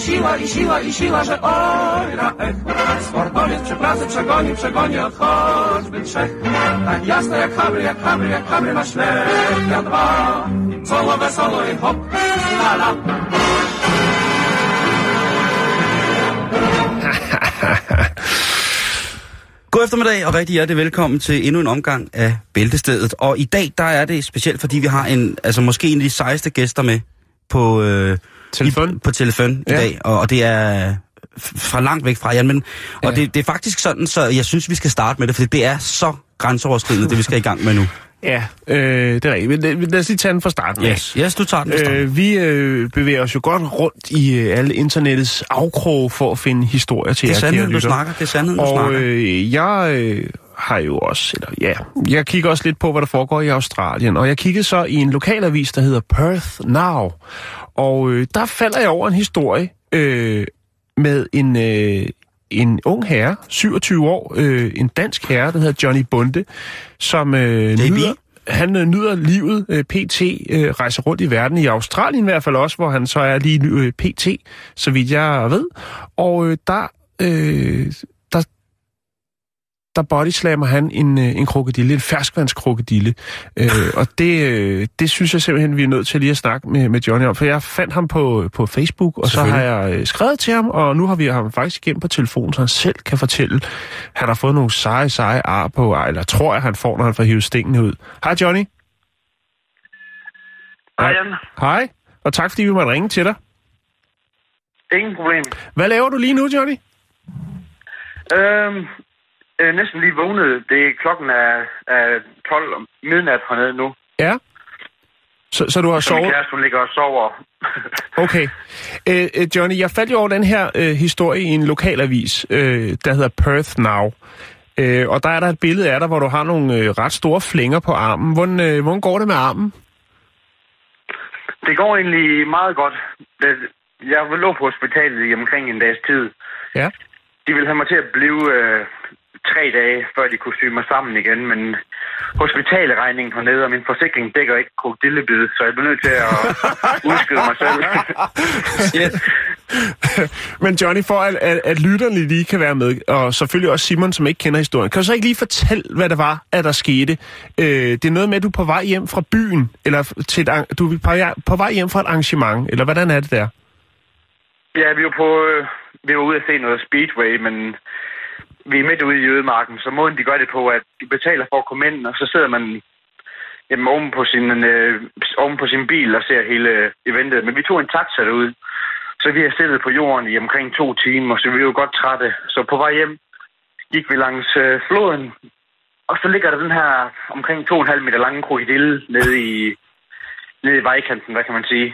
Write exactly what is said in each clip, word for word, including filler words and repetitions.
siła i siła i siła, że ojra ech. Sportowiec przy pracy przegoni, przegoni od choćby trzech. Tak jasno jak habry, jak habry, jak habry na ślepia dwa. Solo wesoło i hop, la la. God eftermiddag, og rigtig hjertelig velkommen til endnu en omgang af Bæltestedet. Og i dag, der er det specielt, fordi vi har en, altså måske en af de sejeste gæster med på, øh, telefon. I, på telefon ja. i dag. Og, og det er fra langt væk fra Jan, men og ja. det, det er faktisk sådan, så jeg synes, vi skal starte med det, for det er så grænseoverskridende, det vi skal i gang med nu. Ja, øh, det er rigtigt. Men lad os lige tage den fra starten. Yes, yes du tager den fra starten. Øh, vi øh, bevæger os jo godt rundt i øh, alle internettets afkroge for at finde historier til jer, kære lytter. Det er sandheden, du snakker. Det er sandheden, du og, snakker. Og øh, jeg øh, har jo også, eller ja, jeg kigger også lidt på, hvad der foregår i Australien. Og jeg kiggede så i en lokalavis, der hedder Perth Now. Og øh, der falder jeg over en historie øh, med en... Øh, en ung herre, syvogtyve år, øh, en dansk herre, der hedder Johnny Bonde, som øh, nyder, han øh, nyder livet øh, pt, øh, rejser rundt i verden, i Australien i hvert fald også, hvor han så er lige øh, pt, så vidt jeg ved. Og øh, der, øh, der, der bodyslammer han en, øh, en krokodille, en ferskvandskrokodille. Øh, og det, øh, det synes jeg simpelthen, vi er nødt til lige at snakke med, med Johnny om, for jeg fandt ham på, på Facebook, og så har jeg øh, skrevet til ham, og nu har vi ham faktisk igennem på telefon, så han selv kan fortælle, han har fået nogle seje, seje ar på, eller tror jeg, han får, når han får hivet stingene ud. Hej Johnny. Hej Jan. Hej, og tak fordi vi måtte ringe til dig. Ingen problem. Hvad laver du lige nu, Johnny? Øhm... Øh, næsten lige vågnet. Det er klokken er, er tolv om midnat hernede nu. Ja. Så, så du har så sovet? Min kæreste, hun ligger og sover. Okay. Øh, Johnny, jeg faldt jo over den her øh, historie i en lokalavis, øh, der hedder Perth Now. Øh, og der er der et billede af dig, hvor du har nogle øh, ret store flænger på armen. Hvordan, øh, hvordan går det med armen? Det går egentlig meget godt. Jeg lå på hospitalet i omkring en dags tid. Ja. De ville have mig til at blive øh, tre dage, før de kunne sy mig sammen igen, men hospitalregningen hernede, og min forsikring dækker ikke krokodillebid, så jeg blev nødt til at udskyde mig selv. Men Johnny, for at, at, at lytterne lige kan være med, og selvfølgelig også Simon, som ikke kender historien, kan du så ikke lige fortælle, hvad det var, at der skete? Øh, det er noget med, at du er på vej hjem fra byen, eller til et, du er på, på vej hjem fra et arrangement, eller hvordan er det der? Ja, vi var på... Øh, vi var ude at se noget speedway, men vi er midt ude i ødemarken, så måden de gør det på, at de betaler for at komme ind, og så sidder man jamen, oven, på sin, øh, oven på sin bil og ser hele eventet. Men vi tog en taxa derude, så vi har siddet på jorden i omkring to timer, så vi er jo godt trætte. Så på vej hjem gik vi langs øh, floden, og så ligger der den her omkring to og en halv meter lange krokodille nede i, nede i vejkanten, hvad kan man sige.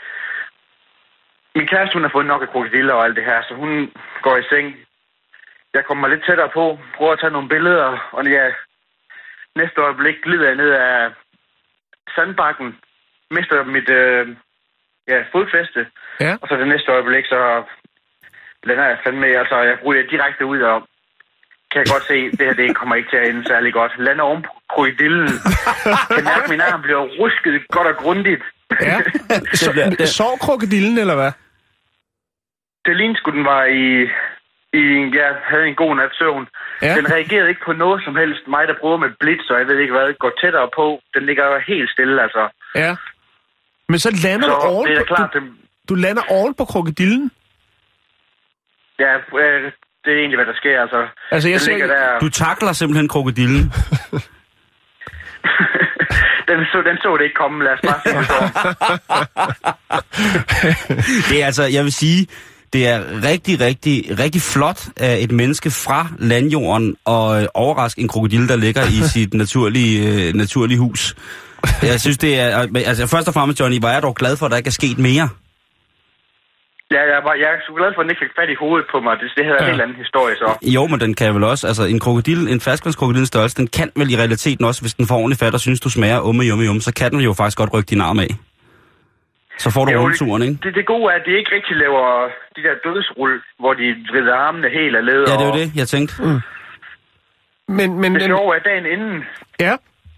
Min kæreste, hun har fået nok af krokodiller og alt det her, så hun går i seng. Jeg kommer lidt tættere på, prøver at tage nogle billeder, og ja, næste øjeblik glider jeg ned af sandbakken, mister mit øh, ja, fodfæste, ja. Og så det næste øjeblik, så lander jeg fandme, altså jeg ryger direkte ud, og kan jeg godt se, det her det kommer ikke til at ende særlig godt. Lander oven på krokodillen, kan mærke, at min arm bliver rusket godt og grundigt. Ja. Så, sov krokodillen, eller hvad? Det lignede sgu, den var i, i... Jeg havde en god nat søvn. Ja. Den reagerede ikke på noget som helst. Mig, der prøver med blitz, og jeg ved ikke hvad, går tættere på. Den ligger jo helt stille, altså. Ja. Men så lander så, du oven det er på... Klart, du, det... du lander oven på krokodillen? Ja, det er egentlig, hvad der sker, altså. Altså, jeg ser... Der... Du takler simpelthen krokodillen. Den så, den så det ikke komme, lad os bare sige det så. Det er altså, jeg vil sige, det er rigtig, rigtig, rigtig flot af et menneske fra landjorden og øh, overraske en krokodille, der ligger i sit naturlige, øh, naturlige hus. Jeg synes, det er... Altså, først og fremmest, Johnny, var jeg dog glad for, at der ikke er sket mere. Ja, jeg, var, jeg er så glad for, at den ikke fik fat i hovedet på mig. Det, det hedder ja. En helt anden historie, så. Jo, men den kan vel også... Altså, en krokodil, en ferskvandskrokodillens størrelse, den kan vel i realiteten også, hvis den får ordentligt fat og synes, du smager umme, jumme, jumme, så kan den jo faktisk godt rykke din arm af. Så får du jo, rulleturen, ikke? Det, det gode er, at de ikke rigtig laver de der dødsrull, hvor de vrider armene helt af led. Ja, det er jo det, jeg tænkte. Mm. Men, men, det den... sjove er, dagen inden... Ja.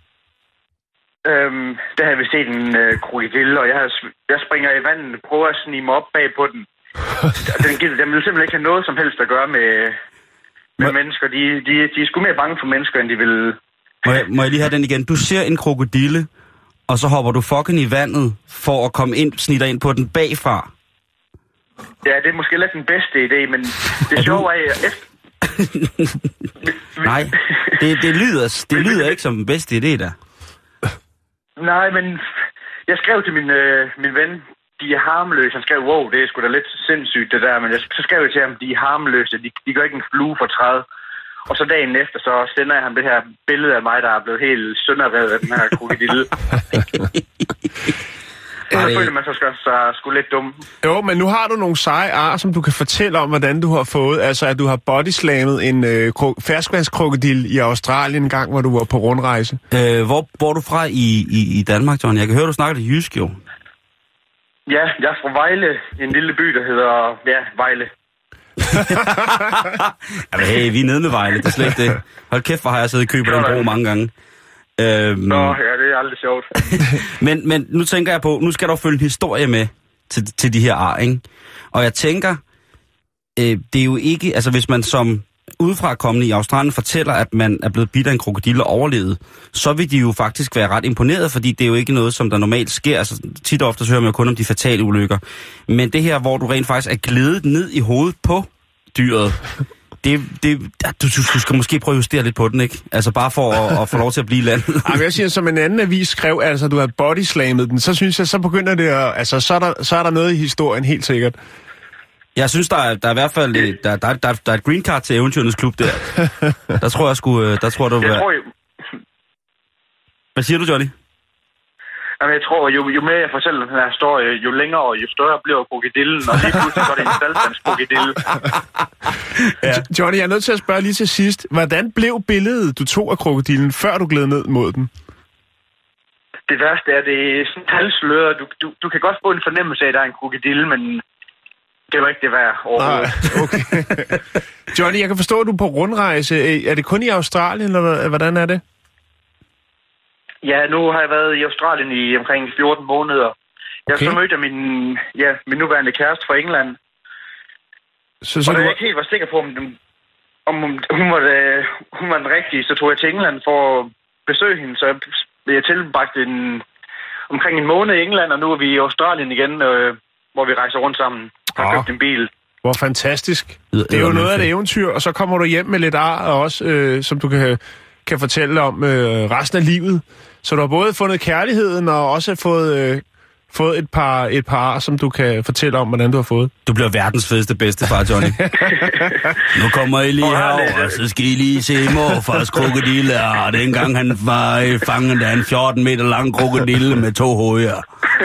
Øhm, der havde vi set en øh, krokodille, og jeg, havde, jeg springer i vandet, prøver at snige mig op bag på den. den, den vil simpelthen ikke have noget som helst at gøre med, med må... mennesker. De, de, de er sgu mere bange for mennesker, end de vil... Må jeg, må jeg lige have den igen? Du ser en krokodille, og så hopper du fucking i vandet for at komme ind, snitter ind på den bagfra. Ja, det er måske lidt den bedste idé, men det sjove er... Efter... Nej, det, det, lyder, det lyder ikke som den bedste idé, der. Nej, men jeg skrev til min, øh, min ven, de er harmløse. Han skrev, wow, det er sgu da lidt sindssygt det der, men jeg, så skrev jeg til ham, de er harmløse, de, de gør ikke en flue for træet. Og så dagen efter, så sender jeg ham det her billede af mig, der er blevet helt sønderrevet af den her krokodille. Så det... føler man sig så sgu lidt dum. Jo, men nu har du nogle seje ar, som du kan fortælle om, hvordan du har fået. Altså, at du har bodyslammet en øh, kro- ferskvandskrokodil i Australien en gang, hvor du var på rundrejse. Øh, hvor, hvor er du fra i, i, i Danmark, John? Jeg kan høre, du snakker det jysk, jo. Ja, jeg er fra Vejle, en lille by, der hedder, ja, Vejle. Jamen, hey, vi er nede med Vejle, det er slet ikke det. Hold kæft, hvor har jeg siddet i kø på den bro mange gange. Øhm... Nå, ja, det er aldrig sjovt. men, men nu tænker jeg på, nu skal der følge en historie med til, til de her ar, ikke? Og jeg tænker, øh, det er jo ikke, altså hvis man som udefra kommende i Australien fortæller, at man er blevet bidt af en krokodille og overlevet, så vil de jo faktisk være ret imponeret, fordi det er jo ikke noget, som der normalt sker. Altså tit og ofte så hører man jo kun om de fatale ulykker. Men det her, hvor du rent faktisk er glædet ned i hovedet på dyret, det, det, du, du skal måske prøve at justere lidt på den, ikke? Altså bare for at, at få lov til at blive landet. Ej, jeg siger, som en anden avis skrev, altså du har bodyslammet den, så synes jeg, så begynder det at, altså så er der, så er der noget i historien, helt sikkert. Jeg synes, der er, der er i hvert fald der, der, der, der er et green card til Eventyrernes Klub der. Der tror jeg sgu, der tror du... Jeg tror jo... Hvad siger du, Johnny? Jamen, jeg tror, jo, jo mere jeg fortæller den her historie, jo længere og jo større bliver krokodillen, og lige pludselig går det en saltandskrokodille. Ja. Johnny, jeg er nødt til at spørge lige til sidst. Hvordan blev billedet, du tog af krokodillen, før du gled ned mod den? Det værste er, det er sådan halsløret. Du, du, du kan godt få en fornemmelse af, at der er en krokodille, men det var ikke det værd overhovedet. Ah, okay. Johnny, jeg kan forstå, at du er på rundrejse. Er det kun i Australien, eller hvordan er det? Ja, nu har jeg været i Australien i omkring fjorten måneder. Jeg okay. så mødte min, ja, min nuværende kæreste fra England. Så, så og da jeg ikke helt var sikker på, om, om hun, var det, hun var den rigtige, så tog jeg til England for at besøge hende. Så jeg tilbragte en, omkring en måned i England, og nu er vi i Australien igen, øh, hvor vi rejser rundt sammen. Jeg har købt en bil. Hvor fantastisk. Det er jo noget af et eventyr, og så kommer du hjem med lidt ar, og også, øh, som du kan, kan fortælle om øh, resten af livet. Så du har både fundet kærligheden, og også fået, øh, fået et par, et par ar, som du kan fortælle om, hvordan du har fået. Du bliver verdens fedeste bedstefar, Johnny. Nu kommer I lige herover, og så skal I lige se morfars krokodille. Og dengang han var fanget af en fjorten meter lang krokodille med to hoveder.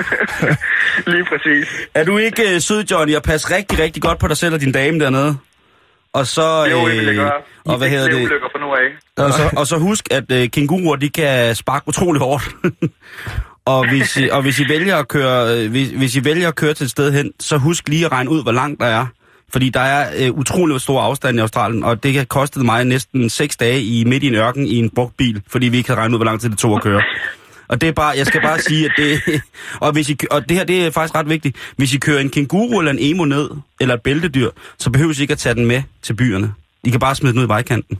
Lige præcis. Er du ikke uh, sød, Johnny, og passe rigtig, rigtig godt på dig selv og din dame dernede? Og så... Jo, det vil jeg gøre. Og hvad hedder det? For nu af. Og så, og så husk, at uh, kænguruer, de kan sparke utrolig hårdt. og, hvis, og hvis I vælger at køre, hvis, hvis I vælger at køre til et sted hen, så husk lige at regne ud, hvor langt der er. Fordi der er uh, utrolig stor afstand i Australien, og det har kostet mig næsten seks dage i midt i en ørken i en brugt bil, fordi vi ikke kan regne ud, hvor lang tid det tog at køre. Og det er bare, jeg skal bare sige, at det... Og, hvis I, og det her, det er faktisk ret vigtigt. Hvis I kører en kænguru eller en emo ned, eller et bæltedyr, så behøver I ikke at tage den med til byerne. I kan bare smide den ud i vejkanten.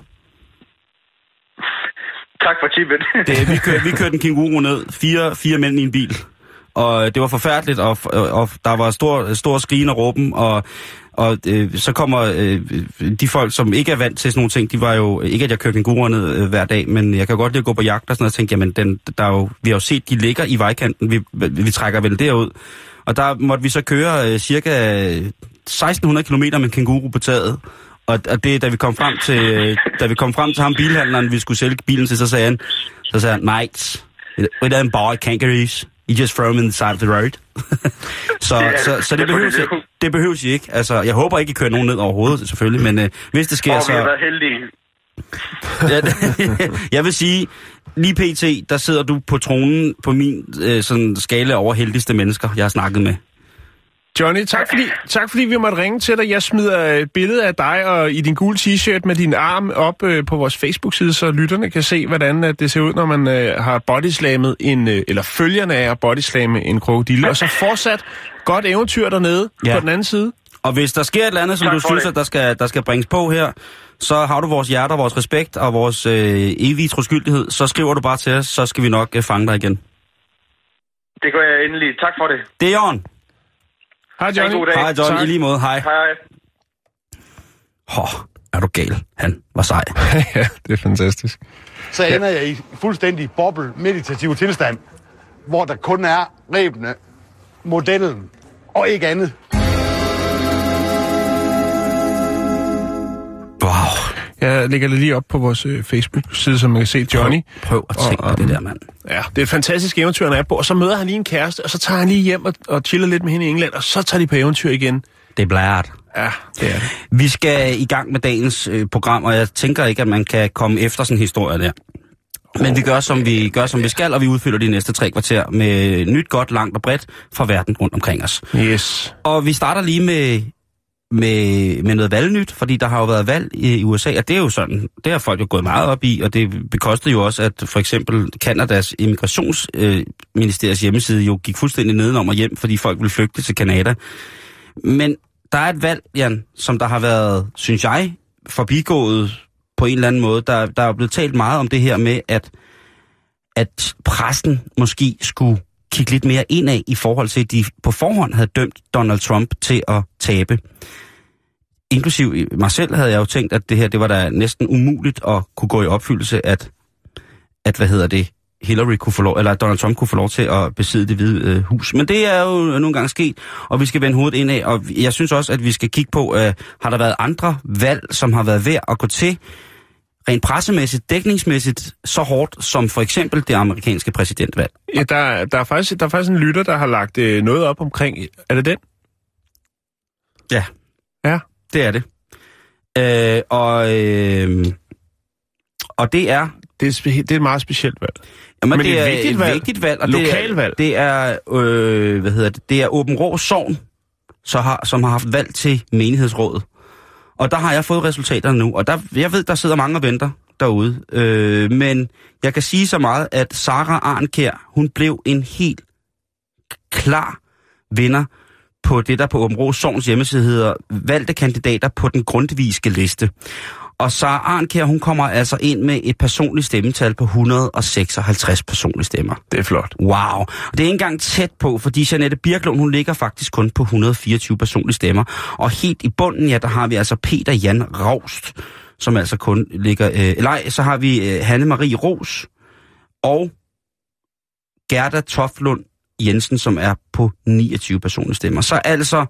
Tak for tippet. det, vi, kørte, vi kørte en kænguru ned, fire, fire mænd i en bil. Og det var forfærdeligt, og, og der var stor, stor skrigen og råben, og... Og øh, så kommer øh, de folk, som ikke er vant til sådan nogle ting, de var jo, ikke at jeg kører kænguruer ned øh, hver dag, men jeg kan godt lide at gå på jagt og sådan noget, og tænke, jamen, den, der er jo, vi har jo set, de ligger i vejkanten, vi, vi trækker vel derud. Og der måtte vi så køre øh, cirka seksten hundrede kilometer med kænguru på taget. Og, og det, da vi kom frem til, øh, da vi kom frem til ham bilhandleren, vi skulle sælge bilen til, så sagde han, så sagde han, mates, we don't buy kangaroos. You just throw them in the side of the road. så, det så, så det behøves I, det behøves I ikke. Altså, jeg håber ikke, I kører nogen ned overhovedet, selvfølgelig, men øh, hvis det sker, oh, så... vi har været heldige. Jeg vil sige, lige pt, der sidder du på tronen på min øh, sådan skala over heldigste mennesker, jeg har snakket med. Johnny, tak fordi, tak fordi vi måtte ringe til dig. Jeg smider et billede af dig og i din gule t-shirt med din arm op øh, på vores Facebook-side, så lytterne kan se, hvordan øh, det ser ud, når man øh, har bodyslammet en, øh, eller følgerne af at bodyslamme en krokodille. Og så fortsat godt eventyr dernede ja. På den anden side. Og hvis der sker et eller andet, som Tak du for synes, det. at der skal, der skal bringes på her, så har du vores hjerter, vores respekt og vores øh, evige troskyldighed. Så skriver du bare til os, så skal vi nok øh, fange dig igen. Det gør jeg endelig. Tak for det. Det er Jørgen. Hej, Ha' en Johnny. god dag. Hej John, Tak. i lige måde. Hej. Hej. Hå, er du gal? Han var sej. Ja, det er fantastisk. Så ender jeg i fuldstændig boble-meditativ tilstand, hvor der kun er rebene, modellen og ikke andet. Wow. Jeg lægger det lige op på vores øh, Facebook-side, så man kan se Johnny. Prøv at tænke dig det der, mand. Ja, det er et fantastisk eventyr, han er på. Og så møder han lige en kæreste, og så tager han lige hjem og, og chiller lidt med hende i England, og så tager de på eventyr igen. Det er blæret. Ja, det er det. Vi skal i gang med dagens øh, program, og jeg tænker ikke, at man kan komme efter sådan en historie der. Men vi gør, som vi gør, som vi skal, og vi udfylder de næste tre kvarter med nyt, godt, langt og bredt fra verden rundt omkring os. Yes. Og vi starter lige med, med, med noget valgnyt, fordi der har jo været valg i U S A, og det er jo sådan, det har folk jo gået meget op i, og det bekostede jo også, at for eksempel Kanadas immigrationsministeriets øh, hjemmeside jo gik fuldstændig nedenom og hjem, fordi folk ville flygte til Canada. Men der er et valg, Jan, som der har været, synes jeg, forbigået på en eller anden måde. Der, der er blevet talt meget om det her med, at, at pressen måske skulle kigge lidt mere indad i forhold til, at de på forhånd havde dømt Donald Trump til at tabe. Inklusiv mig selv havde jeg jo tænkt, at det her, det var da næsten umuligt at kunne gå i opfyldelse, at, at hvad hedder det, Hillary kunne få lov, eller Donald Trump kunne få lov til at besidde det hvide øh, hus. Men det er jo nogle gange sket, og vi skal vende hovedet indad, og jeg synes også, at vi skal kigge på, øh, har der været andre valg, som har været værd at gå til, rent pressemæssigt, dækningsmæssigt, så hårdt som for eksempel det amerikanske præsidentvalg. Ja, der, der, er faktisk, der er faktisk en lytter, der har lagt øh, noget op omkring. Er det den? Ja. Ja. Det er det. Øh, og, øh, og det er... Det er, spe- det er et meget specielt valg. Jamen, Men det et er vigtigt et valg. vigtigt valg. Og Lokalvalg. Det er, det er, øh, hvad hedder det, det er Åben Rå Sogn, så har, som har haft valg til menighedsrådet. Og der har jeg fået resultaterne nu, og der, jeg ved, der sidder mange og venter derude. Øh, men jeg kan sige så meget, at Sara Arnkjær, hun blev en helt klar vinder på det, der på Åben Rå Sogns hjemmeside hedder valgte kandidater på den grundtvigske liste. Og Sara Arnkjær, hun kommer altså ind med et personligt stemmetal på et hundrede og seksoghalvtreds personlige stemmer. Det er flot. Wow. Og det er ikke engang tæt på, fordi Jeanette Birklund, hun ligger faktisk kun på et hundrede og fireogtyve personlige stemmer. Og helt i bunden, ja, der har vi altså Peter Jan Raust, som altså kun ligger... Øh, eller så har vi øh, Hanne-Marie Ros og Gerda Toflund Jensen, som er på niogtyve personlige stemmer. Så altså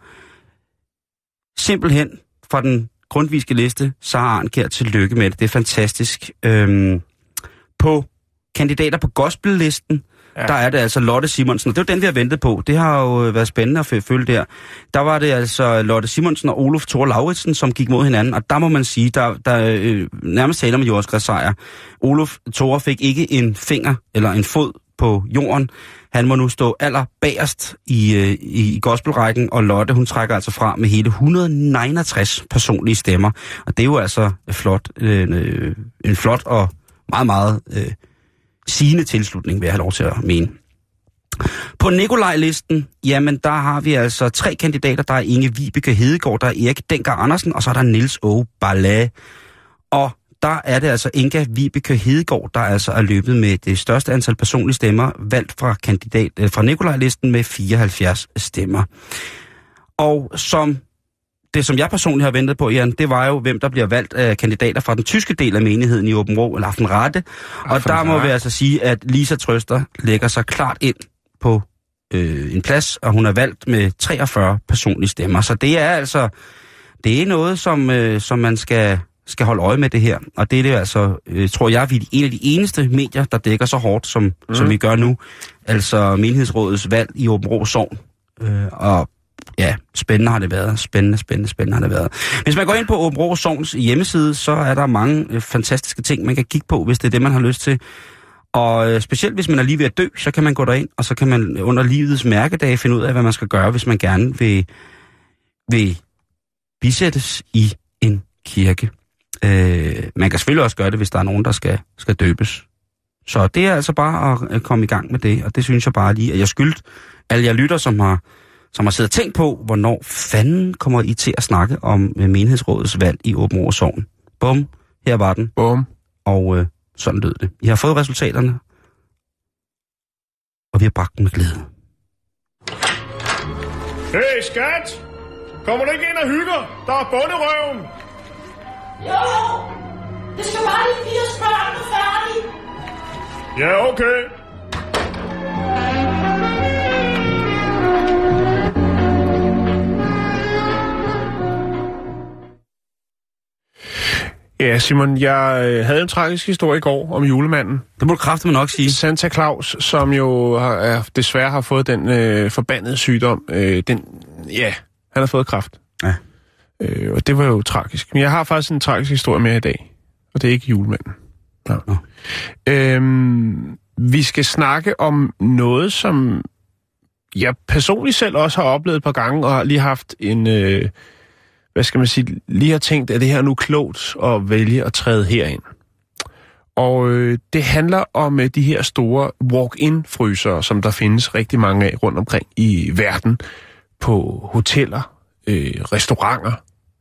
simpelthen fra den grundtvigske liste, Sara Arnkjær, tillykke med det. Det er fantastisk. Øhm, på kandidater på gospel-listen, ja. Der er det altså Lotte Simonsen, og det er jo den, vi har ventet på. Det har jo været spændende at følge der. Der var det altså Lotte Simonsen og Olof Thor Lauritsen, som gik mod hinanden, og der må man sige, der, der øh, nærmest taler om jordskredssejr. Olof Thor fik ikke en finger eller en fod på jorden. Han må nu stå allerbagerst i, øh, i, i gospelrækken, og Lotte, hun trækker altså fra med hele et hundrede og niogtres personlige stemmer. Og det er jo altså flot, øh, en flot og meget, meget øh, sigende tilslutning, vil jeg have lov til at mene. På Nikolaj-listen, jamen der har vi altså tre kandidater. Der er Inge Vibeke Hedegaard, der er Erik Denker Andersen, og så er der Niels Åge Barlage. Og der er det altså Inga Vibeke Hedegaard, der altså er løbet med det største antal personlige stemmer, valgt fra, kandidat, fra Nikolaj-listen med fireoghalvfjerds stemmer. Og som det, som jeg personligt har ventet på, Jan, det var jo, hvem der bliver valgt af kandidater fra den tyske del af menigheden i Åben Rå, eller Aftenrette. Og der må vi altså sige, at Lisa Trøster lægger sig klart ind på øh, en plads, og hun er valgt med treogfyrre personlige stemmer. Så det er altså, det er noget, som, øh, som man skal... skal holde øje med det her. Og det er det altså, øh, tror jeg, vi er en af de eneste medier, der dækker så hårdt, som, mm. som vi gør nu. Altså menighedsrådets valg i Åben Rå Sogn. Øh, og ja, spændende har det været. Spændende, spændende, spændende har det været. Hvis man går ind på Åben Rå Sogns hjemmeside, så er der mange øh, fantastiske ting, man kan kigge på, hvis det er det, man har lyst til. Og øh, specielt hvis man er lige ved at dø, så kan man gå derind, og så kan man under livets mærkedag finde ud af, hvad man skal gøre, hvis man gerne vil, vil bisættes i en kirke. Øh, man kan selvfølgelig også gøre det, hvis der er nogen, der skal, skal døbes. Så det er altså bare at komme i gang med det, og det synes jeg bare lige, at jeg skyldt alle jer lytter, som har, som har siddet og tænkt på, hvornår fanden kommer I til at snakke om øh, menighedsrådets valg i Åbenrå Sogn. Bum, her var den. Bum. Og øh, sådan lød det. I har fået resultaterne, og vi har bragt dem med glæde. Hey, skat! Kommer du ikke ind og hygger? Der er bunderøven! Jo, det skal bare de fire spørgsmål er færdige. Ja, okay. Ja, Simon, jeg øh, havde en tragisk historie i går om julemanden. Det må du kraftedeme nok sige. Santa Claus, som jo har, er, desværre har fået den øh, forbandede sygdom. Øh, den, ja, han har fået kræft. Ja. Øh, og det var jo tragisk. Men jeg har faktisk en tragisk historie med i dag. Og det er ikke julemanden. Ja. Nå. Øhm, vi skal snakke om noget, som jeg personligt selv også har oplevet et par gange, og har lige haft en... Øh, hvad skal man sige, lige har tænkt, at det her er nu klogt at vælge at træde herind. Og øh, det handler om øh, de her store walk-in-frysere, som der findes rigtig mange af rundt omkring i verden, på hoteller, øh, restauranter.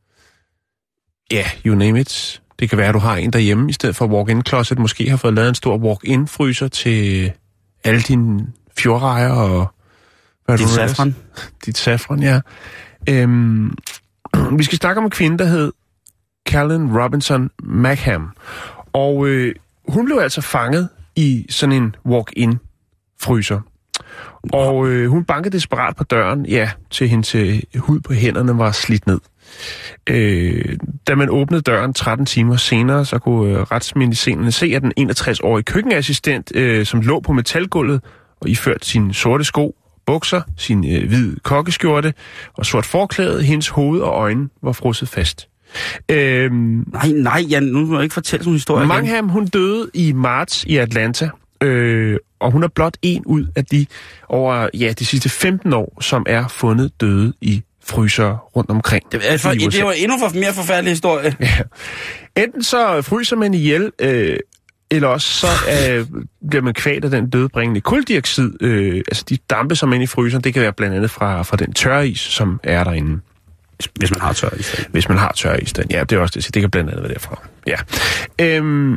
Ja, yeah, you name it. Det kan være, at du har en derhjemme, i stedet for walk-in-closet, måske har fået lavet en stor walk-in-fryser til alle dine fjordrejer og... Hvad Dit safran. Dit safran, ja. Øhm, vi skal snakke om en kvinde, der hed Callan Robinson Mackham. Og øh, hun blev altså fanget i sådan en walk-in-fryser. Og øh, hun bankede desperat på døren, ja, til hendes øh, hud på hænderne var slidt ned. Øh, da man åbnede døren tretten timer senere, så kunne øh, retsmedicinerne se, at den enogtres-årige køkkenassistent, øh, som lå på metalgulvet og iført sine sorte sko, bukser, sin øh, hvide kokkeskjorte og sort forklæde, hendes hoved og øjne var frosset fast. Øhm, nej, nej, Jan, nu må jeg ikke fortælle sådan en historie. Mackham, hun døde i marts i Atlanta, øh, og hun er blot en ud af de over ja, de sidste femten år, som er fundet døde i fryser rundt omkring. Det, er for, det var endnu for, mere forfærdelig historie. Ja. Enten så fryser man ihjel, øh, eller også så øh, bliver man kvalt af den dødbringende kuldioxid, øh, altså de dampe, som er inde i fryseren, det kan være blandt andet fra, fra den tørris, som er derinde. Hvis man har tørris. Hvis man har tørris, den. Ja, det er også det, det kan blandt andet være derfra. Ja. Øhm,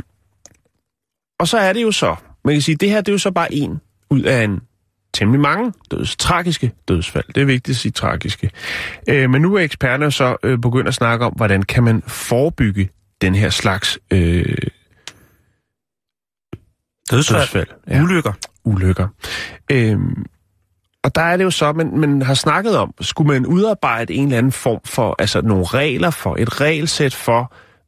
og så er det jo så, man kan sige, det her det er jo så bare en ud af en temmelig mange døds, tragiske dødsfald. Det er vigtigt at sige tragiske. Øh, men nu er eksperterne så øh, begyndt at snakke om, hvordan kan man forebygge den her slags øh, dødsfald. dødsfald. Ja. Ulykker. Ulykker. Øhm, og der er det jo så, man, man har snakket om, skulle man udarbejde en eller anden form for, altså nogle regler for, et regelsæt for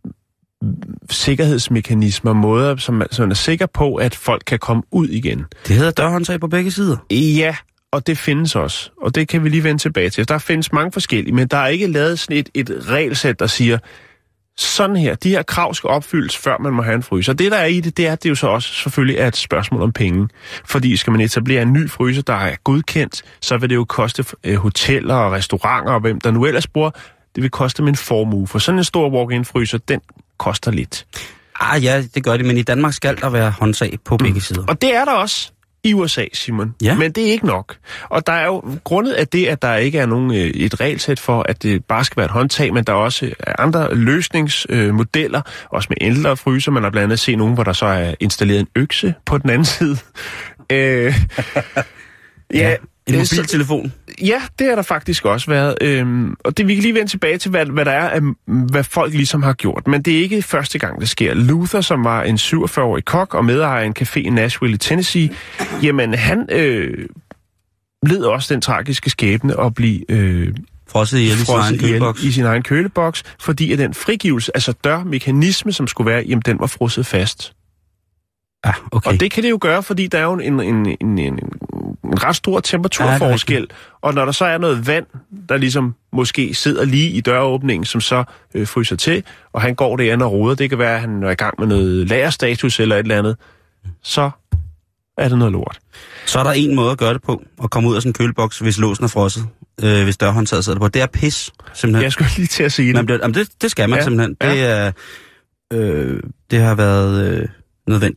sikkerhedsmekanismer, måder, som man, som man er sikker på, at folk kan komme ud igen. Det hedder dørhåndtag på begge sider. Ja, og det findes også. Og det kan vi lige vende tilbage til. Der findes mange forskellige, men der er ikke lavet sådan et, et regelsæt, der siger, sådan her, de her krav skal opfyldes, før man må have en fryser. Det, der er i det, det er, det jo så også selvfølgelig er et spørgsmål om penge. Fordi skal man etablere en ny fryser, der er godkendt, så vil det jo koste øh, hoteller og restauranter og hvem der nu ellers bruger, det vil koste dem en formue. For sådan en stor walk-in-fryser, den koster lidt. Ah ja, det gør det, men i Danmark skal der være håndtag på begge mm. sider. Og det er der også i U S A, Simon. Ja. Men det er ikke nok. Og der er jo grundet af det, at der ikke er nogen, et regelsæt for, at det bare skal være et håndtag, men der er også andre løsningsmodeller, også med ældre fryser. Man har blandt andet set nogen, hvor der så er installeret en økse på den anden side. øh, ja, en mobiltelefon. Ja, det har der faktisk også været. Øhm, og det vi kan lige vende tilbage til, hvad, hvad der er, hvad folk ligesom har gjort. Men det er ikke første gang, det sker. Luther, som var en syvogfyrre-årig kok og medejer af en café i Nashville i Tennessee, jamen han øh, led også den tragiske skæbne at blive øh, frosset ihjel i sin egen køleboks. i sin egen køleboks, fordi at den frigivelse, altså dørmekanisme, som skulle være, jamen den var frosset fast. Ah, okay. Og det kan det jo gøre, fordi der er jo en, en, en, en, en ret stor temperaturforskel, ja, og når der så er noget vand, der ligesom måske sidder lige i døråbningen, som så øh, fryser til, og han går det andet og roder, det kan være, at han er i gang med noget lagerstatus eller et eller andet, så er det noget lort. Så er der en måde at gøre det på, at komme ud af sådan en køleboks, hvis låsen er frosset, øh, hvis dørhåndtaget sidder på. Det er pis, simpelthen. Jeg skulle lige til at sige det. Jamen, det, jamen, det, det skal man ja. simpelthen. Ja. Det, er, øh, det har været øh, nødvendigt.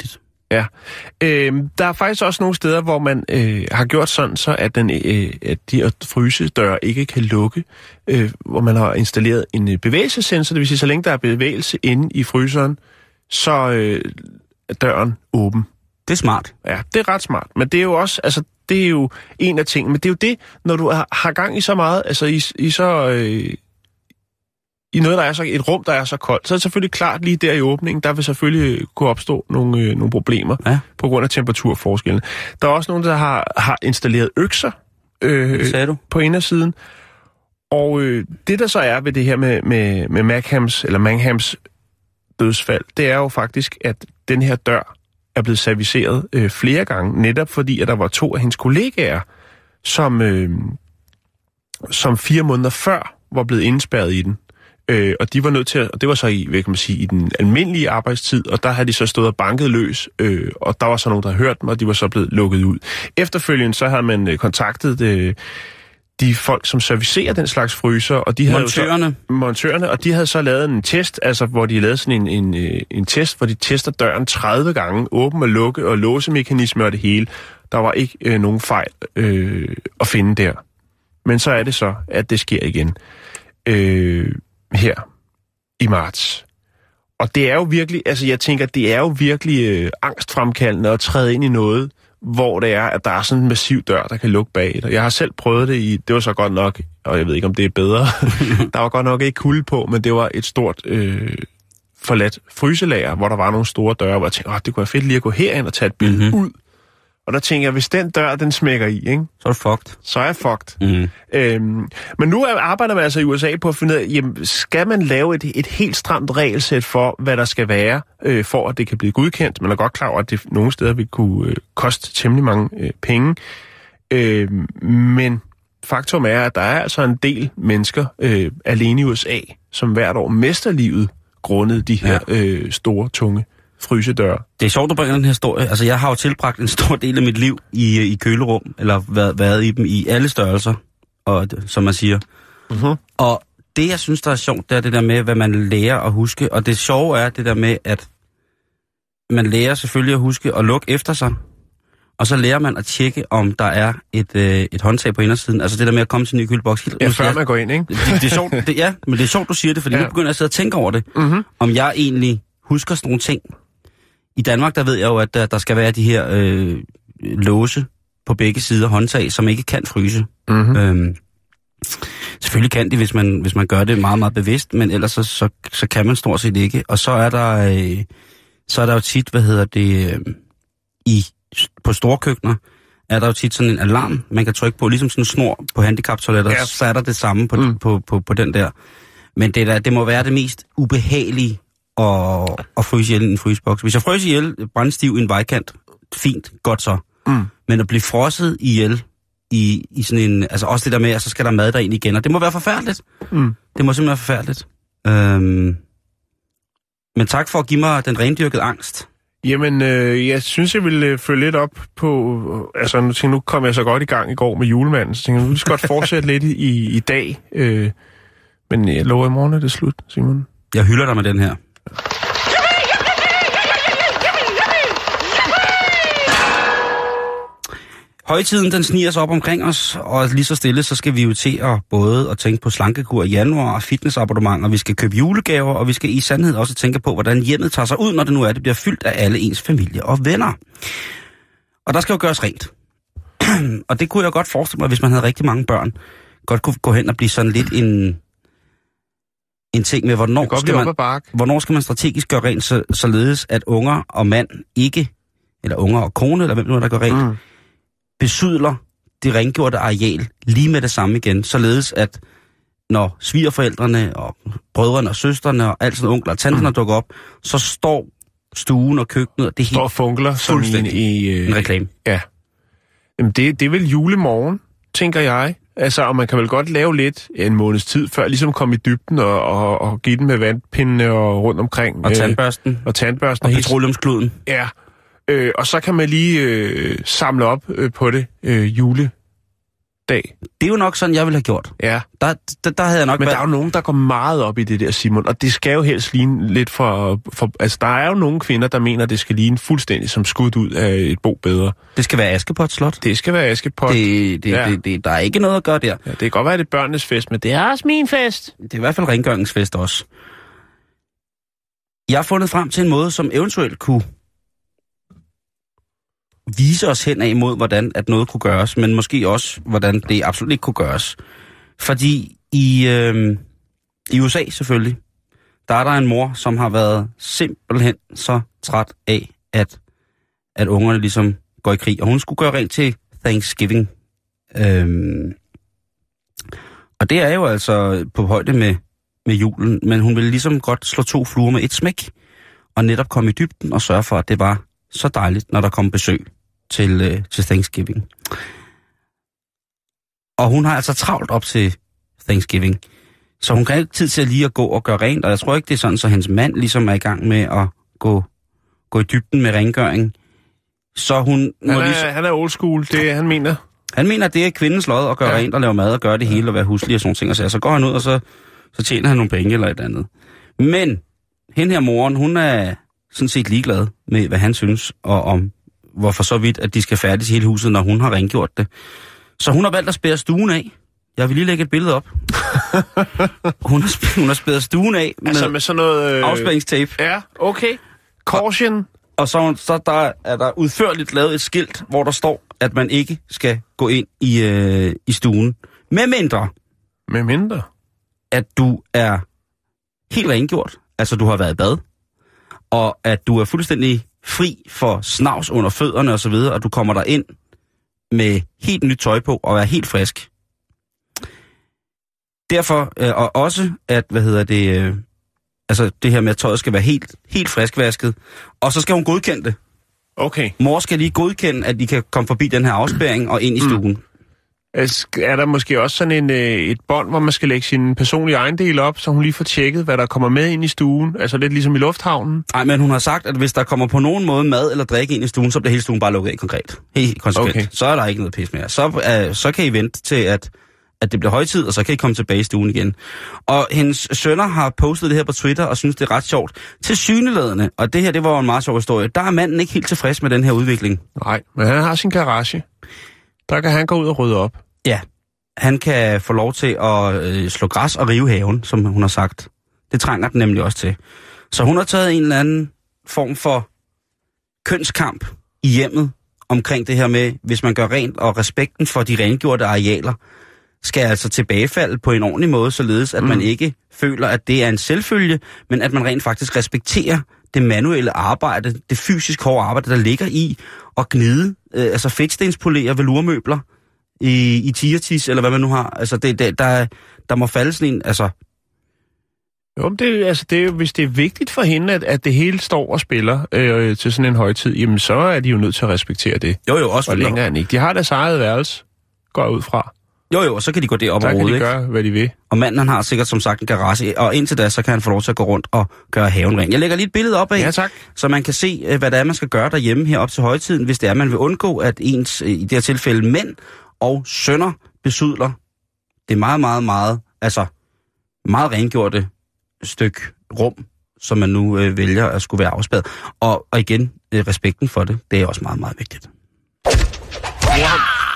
Ja. Øh, der er faktisk også nogle steder, hvor man øh, har gjort sådan, så at, den, øh, at de frysedøre ikke kan lukke, øh, hvor man har installeret en bevægelsessensor, det vil sige, så længe der er bevægelse inde i fryseren, så øh, er døren åben. Det er smart. Ja, det er ret smart. Men det er jo også, altså, det er jo en af tingene. Men det er jo det, når du har, har gang i så meget, altså i, i så... Øh, i noget, der er så, et rum, der er så koldt, så er det selvfølgelig klart lige der i åbningen, der vil selvfølgelig kunne opstå nogle, øh, nogle problemer ja. på grund af temperaturforskellen. Der er også nogen, der har, har installeret økser øh, på indersiden. Og øh, det, der så er ved det her med, med, med Manghams, eller Manghams dødsfald, det er jo faktisk, at den her dør er blevet serviceret øh, flere gange, netop fordi, at der var to af hendes kollegaer, som, øh, som fire måneder før var blevet indspærret i den. Øh, og de var nødt til at, og det var så i, hvad kan man sige, i den almindelige arbejdstid, og der havde de så stået og banket løs, øh, og der var så nogen, der havde hørt dem, og de var så blevet lukket ud. Efterfølgende så havde man øh, kontaktet øh, de folk, som servicerer den slags fryser, og de havde montørerne. Så, montørerne, og de havde så lavet en test, altså hvor de lavede sådan en, en, en test, hvor de tester døren tredive gange, åben og lukke og låsemekanisme og det hele. Der var ikke øh, nogen fejl øh, at finde der. Men så er det så, at det sker igen. Øh, her i marts. Og det er jo virkelig, altså jeg tænker, det er jo virkelig øh, angstfremkaldende at træde ind i noget, hvor det er, at der er sådan en massiv dør, der kan lukke bag dig. Jeg har selv prøvet det i, det var så godt nok, og jeg ved ikke, om det er bedre, der var godt nok ikke kulde på, men det var et stort øh, forladt fryselager, hvor der var nogle store døre, hvor jeg tænkte, åh, det kunne være fedt lige at gå herind og tage et billede mm-hmm. ud. Og der tænker jeg, hvis den dør, den smækker i, ikke? Så er du fucked. Så er jeg fucked. Mm. Øhm, men nu arbejder man altså i U S A på at finde ud af, jamen, skal man lave et, et helt stramt regelsæt for, hvad der skal være, øh, for at det kan blive godkendt? Man er godt klar over, at det nogle steder vil kunne øh, koste temmelig mange øh, penge. Øh, men faktum er, at der er altså en del mennesker øh, alene i U S A, som hvert år mister livet grundet de her ja. øh, store, tunge frysedøre. Det er sjovt, du bringer den her historie. Altså, jeg har jo tilbragt en stor del af mit liv i, i kølerum, eller været, været i dem i alle størrelser, og, som man siger. Uh-huh. Og det, jeg synes, der er sjovt, det er det der med, hvad man lærer at huske. Og det sjove er det der med, at man lærer selvfølgelig at huske at lukke efter sig, og så lærer man at tjekke, om der er et, øh, et håndtag på indersiden. Altså det der med at komme til en ny køleboks. Ja, før man går ind, ikke? Det, det, det er sjovt, det, ja, men det er sjovt, du siger det, fordi ja. nu begynder jeg at sidde og tænke over det. Uh-huh. Om jeg egentlig husker sådan nogle ting. I Danmark, der ved jeg jo, at der, der skal være de her øh, låse på begge sider håndtag, som ikke kan fryse. Mm-hmm. Øhm, selvfølgelig kan de, hvis man, hvis man gør det meget, meget bevidst, men ellers så, så, så kan man stort set ikke. Og så er der, øh, så er der jo tit, hvad hedder det, øh, i, på storkøkkener, er der jo tit sådan en alarm, man kan trykke på, ligesom sådan en snor på handicaptoiletter, yes. så er der det samme på, mm. på, på, på den der. Men det, der, det må være det mest ubehagelige, Og, og fryse ihjel i en fryseboks. Hvis jeg fryser ihjel brandstiv i en vejkant, fint, godt så. Mm. Men at blive frosset ihjel i, i sådan en... Altså også det der med, at så skal der mad derind igen, og det må være forfærdeligt. Mm. Det må simpelthen være forfærdeligt. Øhm, men tak for at give mig den rendyrkede angst. Jamen, øh, jeg synes, jeg vil øh, følge lidt op på... Øh, altså, nu, tænker, nu kom jeg så godt i gang i går med julemanden, så tænker jeg, nu skal godt fortsætte lidt i, i dag. Øh, men jeg lover, i morgen er det slut, Simon. Jeg hylder dig med den her. Højtiden, den sniger sig op omkring os, og lige så stille, så skal vi jo til at både at tænke på slankekur i januar og fitnessabonnementer, vi skal købe julegaver, og vi skal i sandhed også tænke på, hvordan hjemmet tager sig ud, når det nu er, det bliver fyldt af alle ens familie og venner. Og der skal jo gøres rent. Og det kunne jeg godt forestille mig, hvis man havde rigtig mange børn, godt kunne gå hen og blive sådan lidt en... en ting med, hvornår skal, man, hvornår skal man strategisk gøre rent, så, således at unger og mand ikke, eller unger og kone, eller hvem nu er, der gør rent, mm. besydler det rengjorte areal lige med det samme igen, således at når svigerforældrene og brødrene og søstrene og alt sådan onkler og tanterne mm. dukker op, så står stuen og køkkenet og det står helt funkler som i en, i, øh, en reklame. Ja. Jamen det, det er vel julemorgen, tænker jeg. Altså, og man kan vel godt lave lidt en måneds tid før, ligesom komme i dybden og, og, og give den med vandpindene og rundt omkring. Og tandbørsten. Øh, og tandbørsten. Og petroleumskluden. Ja. Øh, og så kan man lige øh, samle op øh, på det øh, juledag dag. Det er jo nok sådan, jeg ville have gjort. Ja. Der, der, der havde jeg nok Men været... der er jo nogen, der går meget op i det der, Simon, og det skal jo helst ligne lidt for, for... Altså, der er jo nogle kvinder, der mener, at det skal ligne fuldstændig som skudt ud af et bo bedre. Det skal være Askepot Slot. Det skal være Askepot. Det, det, ja. det, det, der er ikke noget at gøre der. Ja, det kan godt være, det er børnenes fest, men det er også min fest. Det er i hvert fald rengøringsfest også. Jeg har fundet frem til en måde, som eventuelt kunne vise os hen af imod, hvordan at noget kunne gøres, men måske også, hvordan det absolut ikke kunne gøres. Fordi i, øh, i U S A selvfølgelig, der er der en mor, som har været simpelthen så træt af, at, at ungerne ligesom går i krig. Og hun skulle gøre rent til Thanksgiving. Øhm, og det er jo altså på højde med, med julen, men hun ville ligesom godt slå to fluer med et smæk, og netop komme i dybden og sørge for, at det var så dejligt, når der kom besøg til, øh, til Thanksgiving. Og hun har altså travlt op til Thanksgiving, så hun kan ikke tid til at lige at gå og gøre rent, og jeg tror ikke, det er sådan, så hendes mand ligesom er i gang med at gå, gå i dybden med rengøring. Så hun... Han er, ligesom, han er old school, det han mener. Han mener, at det er kvindens lod at gøre ja. rent og lave mad og gøre det hele og være huslig og sådan ting. Og så, så går han ud, og så, så tjener han nogle penge eller et andet. Men hende her moren, hun er sådan set ligeglad med, hvad han synes, og om hvorfor så vidt, at de skal færdiges hele huset, når hun har rengjort det. Så hun har valgt at spære stuen af. Jeg vil lige lægge et billede op. hun, har spæret, hun har spæret stuen af med, altså med sådan noget... Øh... afspæringstape. Ja, okay. Caution. Og, og så, så der er der udførligt lavet et skilt, hvor der står, at man ikke skal gå ind i, øh, i stuen. Med mindre... Med mindre? At du er helt rengjort. Altså, du har været i bad. Og at du er fuldstændig fri for snavs under fødderne og så videre, og du kommer der ind med helt nyt tøj på og er helt frisk. Derfor, øh, og også, at, hvad hedder det, øh, altså det her med, at tøjet skal være helt, helt friskvasket, og så skal hun godkende det. Okay. Mor skal lige godkende, at de kan komme forbi den her afspærring og ind i stuen. Mm. Er der måske også sådan en, et bånd, hvor man skal lægge sin personlige ejendel op, så hun lige får tjekket, hvad der kommer med ind i stuen? Altså lidt ligesom i lufthavnen? Nej, men hun har sagt, at hvis der kommer på nogen måde mad eller drikke ind i stuen, så bliver hele stuen bare lukket af konkret. Helt konsekvent. Okay. Så er der ikke noget pis mere. Så, uh, så kan I vente til, at, at det bliver højtid, og så kan I komme tilbage i stuen igen. Og hendes sønner har postet det her på Twitter, og synes, det er ret sjovt. Tilsyneladende, og det her, det var en meget sjov historie, der er manden ikke helt tilfreds med den her udvikling. Nej, men han har sin garage. Der kan han gå ud og rydde op. Ja, han kan få lov til at øh, slå græs og rive haven, som hun har sagt. Det trænger den nemlig også til. Så hun har taget en eller anden form for kønskamp i hjemmet omkring det her med, hvis man gør rent, og respekten for de rengjorte arealer skal altså tilbagefalde på en ordentlig måde, således at mm. man ikke føler, at det er en selvfølge, men at man rent faktisk respekterer det manuelle arbejde, det fysisk hårde arbejde, der ligger i at gnide, øh, altså fedtstenspolere velurmøbler i, i tigertis, eller hvad man nu har. Altså, det, det, der, der må falde sådan en, altså... Jo, men det, altså, det er jo, hvis det er vigtigt for hende, at, at det hele står og spiller øh, til sådan en højtid, jamen så er de jo nødt til at respektere det. Jo, jo, også... Og længere end ikke. De har deres eget værelse, går ud fra. Jo, jo, og så kan de gå derop og rode, ikke? ikke? Der kan de gøre, hvad de vil. Og manden, han har sikkert som sagt en garage, og indtil da, så kan han få lov til at gå rundt og gøre haven ren. Jeg lægger lige et billede op af, ja, tak. Så man kan se, hvad det er, man skal gøre derhjemme her op til højtiden, hvis det er, man vil undgå, at ens, i det her tilfælde, mænd og sønner besudler det meget, meget, meget, altså meget rengjorte stykke rum, som man nu øh, vælger at skulle være afspærret. Og, og igen, øh, respekten for det, det er også meget, meget vigtigt. Ja.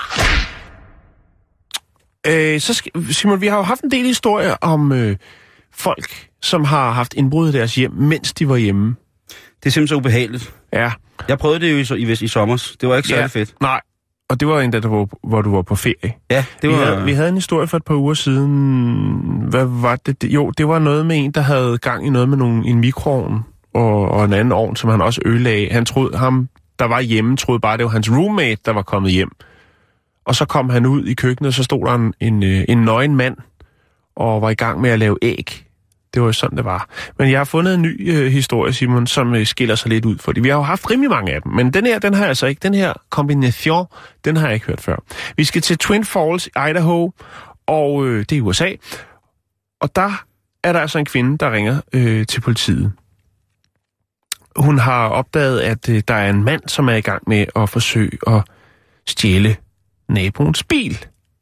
Øh, så skal, Simon, vi har jo haft en del historier om øh, folk, som har haft indbrud i deres hjem, mens de var hjemme. Det er simpelthen så ubehageligt. Ja. Jeg prøvede det jo i, i, i sommer. Det var ikke særlig ja, fedt. Nej, og det var endda, der var, hvor du var på ferie. Ja, det var... Vi havde, vi havde en historie for et par uger siden. Hvad var det? Jo, det var noget med en, der havde gang i noget med nogle, en mikroovn og, og en anden ovn, som han også ødelagde. Han troede, ham, der var hjemme, troede bare, det var hans roommate, der var kommet hjem. Og så kom han ud i køkkenet, og så stod der en, en, en nøgen mand og var i gang med at lave æg. Det var jo sådan, det var. Men jeg har fundet en ny øh, historie, Simon, som øh, skiller sig lidt ud, fordi vi har jo haft rimelig mange af dem. Men den her, den har jeg altså ikke. Den her kombination, den har jeg ikke hørt før. Vi skal til Twin Falls, Idaho, og øh, det er i U S A. Og der er der altså en kvinde, der ringer øh, til politiet. Hun har opdaget, at øh, der er en mand, som er i gang med at forsøge at stjæle naboens bil.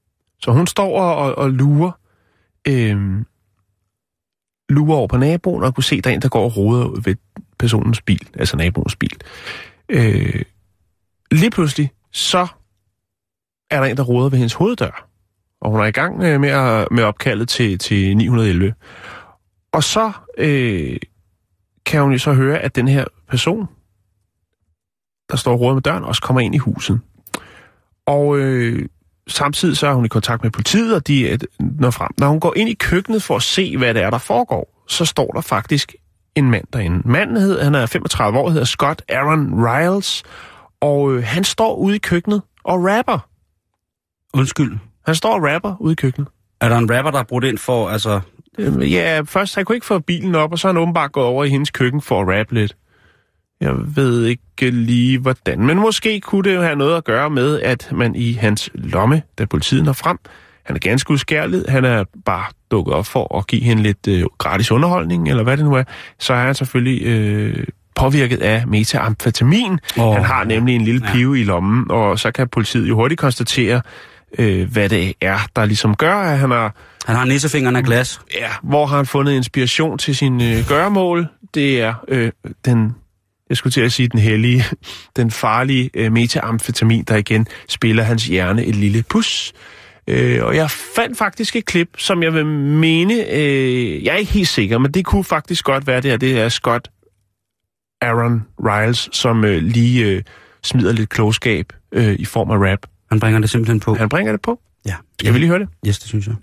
Så hun står og, og lurer, øh, lurer over på naboen, og kunne se, der er en, der går og roder ved personens bil, altså naboens bil. Øh, lige pludselig, så er der en, der roder ved hendes hoveddør. Og hun er i gang med, med opkaldet til, til ni et et. Og så øh, kan hun jo så høre, at den her person, der står og roder med døren, også kommer ind i huset. Og øh, samtidig så er hun i kontakt med politiet, og de når frem. Når hun går ind i køkkenet for at se, hvad det er, der foregår, så står der faktisk en mand derinde. Manden hed, han er femogtredive år, hedder Scott Aaron Riles, og øh, han står ude i køkkenet og rapper. Undskyld. Han står og rapper ude i køkkenet. Er der en rapper, der er brudt ind for, altså... Ja, først han kunne ikke få bilen op, og så er han åbenbart gået over i hendes køkken for at rappe lidt. Jeg ved ikke lige hvordan, men måske kunne det jo have noget at gøre med, at man i hans lomme, da politiet når frem, han er ganske udskærlet, han er bare dukket op for at give hende lidt øh, gratis underholdning, eller hvad det nu er, så er han selvfølgelig øh, påvirket af metamfetamin. Oh. Han har nemlig en lille pive ja. i lommen, og så kan politiet jo hurtigt konstatere, øh, hvad det er, der ligesom gør, at han har... Han har nissefingeren af glas. Ja, hvor har han fundet inspiration til sin øh, gøremål? Det er øh, den... Jeg skulle til at sige den hellige, den farlige øh, metamfetamin, der igen spiller hans hjerne et lille pus. Øh, og jeg fandt faktisk et klip, som jeg vil mene, øh, jeg er ikke helt sikker, men det kunne faktisk godt være det her. Det er Scott Aaron Riles, som øh, lige øh, smider lidt klogskab øh, i form af rap. Han bringer det simpelthen på. Han bringer det på? Ja. Skal ja. vi lige høre det? Yes, det synes jeg.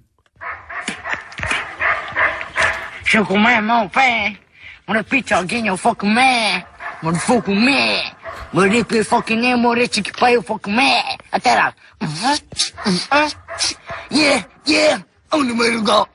Chocoman, mon fan. Wanna bitch again, your fucking man. Motherfucking man. But if you fucking name more that you can play, fucking man. I thought I. Yeah, yeah. Only way to go.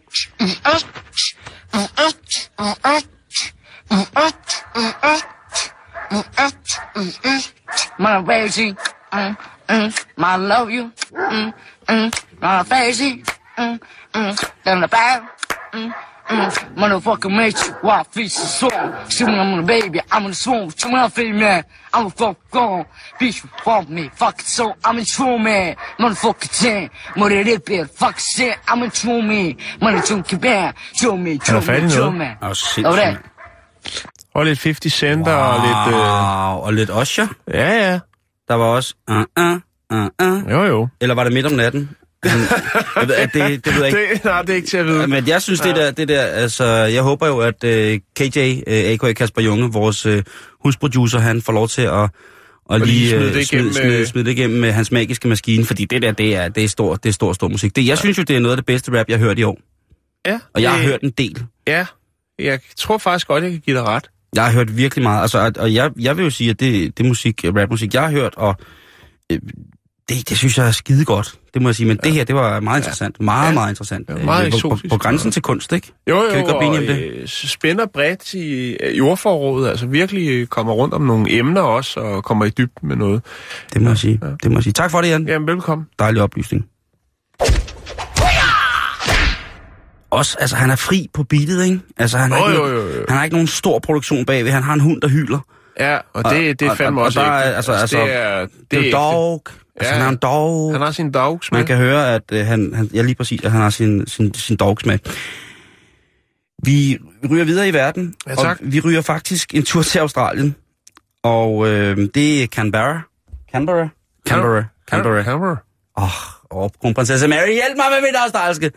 My baby. Mm, mm, my love you. Mm, mm, my baby. Mm, mm, down the back. Mm. Mm, motherfucker made you wild fish and swarm. See me, I'm on a baby, I'm in the swamp. Show me how feel, man. I'm a fuck gone. Bitch, fuck me, fuck it so. I'm in true, man. Motherfucker ten. Mother rip it, fuck shit. I'm in true, man. Mother junkie band. Show me, show me, show me. Åh, sindssygt. Og lidt halvtreds Cent wow. og lidt... Øh... Og lidt Usher. Ja, ja. Der var også... Uh, uh, uh, uh. Jo, jo. Eller var det midt om natten? jeg ved, at det, det ved jeg ikke. Det, nej, det er ikke til at vide. Men jeg synes, det der, det der, altså, jeg håber jo, at uh, K J, uh, A K A Kasper Junge, vores uh, husproducer, han får lov til at, at lige smide det, smid, smid, smid det igennem med hans magiske maskine, fordi det der, det er, det er stor, det er stor, stor musik. Det, jeg synes jo, det er noget af det bedste rap, jeg har hørt i år. Ja. Og jeg har øh, hørt en del. Ja, jeg tror faktisk godt, jeg kan give dig ret. Jeg har hørt virkelig meget, altså, og jeg, jeg vil jo sige, at det, det musik, rapmusik, jeg har hørt, og øh, det, det synes jeg er skide godt. Det må jeg sige, men ja. det her, det var meget interessant. Ja. Meget, ja. meget interessant. Ja, meget på, på, på grænsen til kunst, ikke? Jo, jo, kan vi godt og øh, spænder bredt i, i ordforrådet, altså virkelig kommer rundt om nogle emner også, og kommer i dybden med noget. Det må ja. jeg sige. Ja. Det må jeg sige. Tak for det, Jan. Jamen, velkommen. Dejlig oplysning. Også, altså, han er fri på beatet, ikke? Altså, han, jo, har ikke jo, jo, jo. han har ikke nogen stor produktion bagved. Han har en hund, der hyler. Ja, og det, det er fandme og, også og der, ikke. altså, altså, det er, det det er dog. Altså, ja, han har en dog. Han har sin dogs med. Man kan høre, at uh, han, han, ja, lige præcis, at han har sin, sin, sin dogs med. Vi ryger videre i verden, ja, tak. og vi ryger faktisk en tur til Australien. Og øh, det er Canberra. Canberra? Canberra. Canberra. Canberra. Åh, oh, oh, kronprinsesse Mary, hjælp mig med mit australske.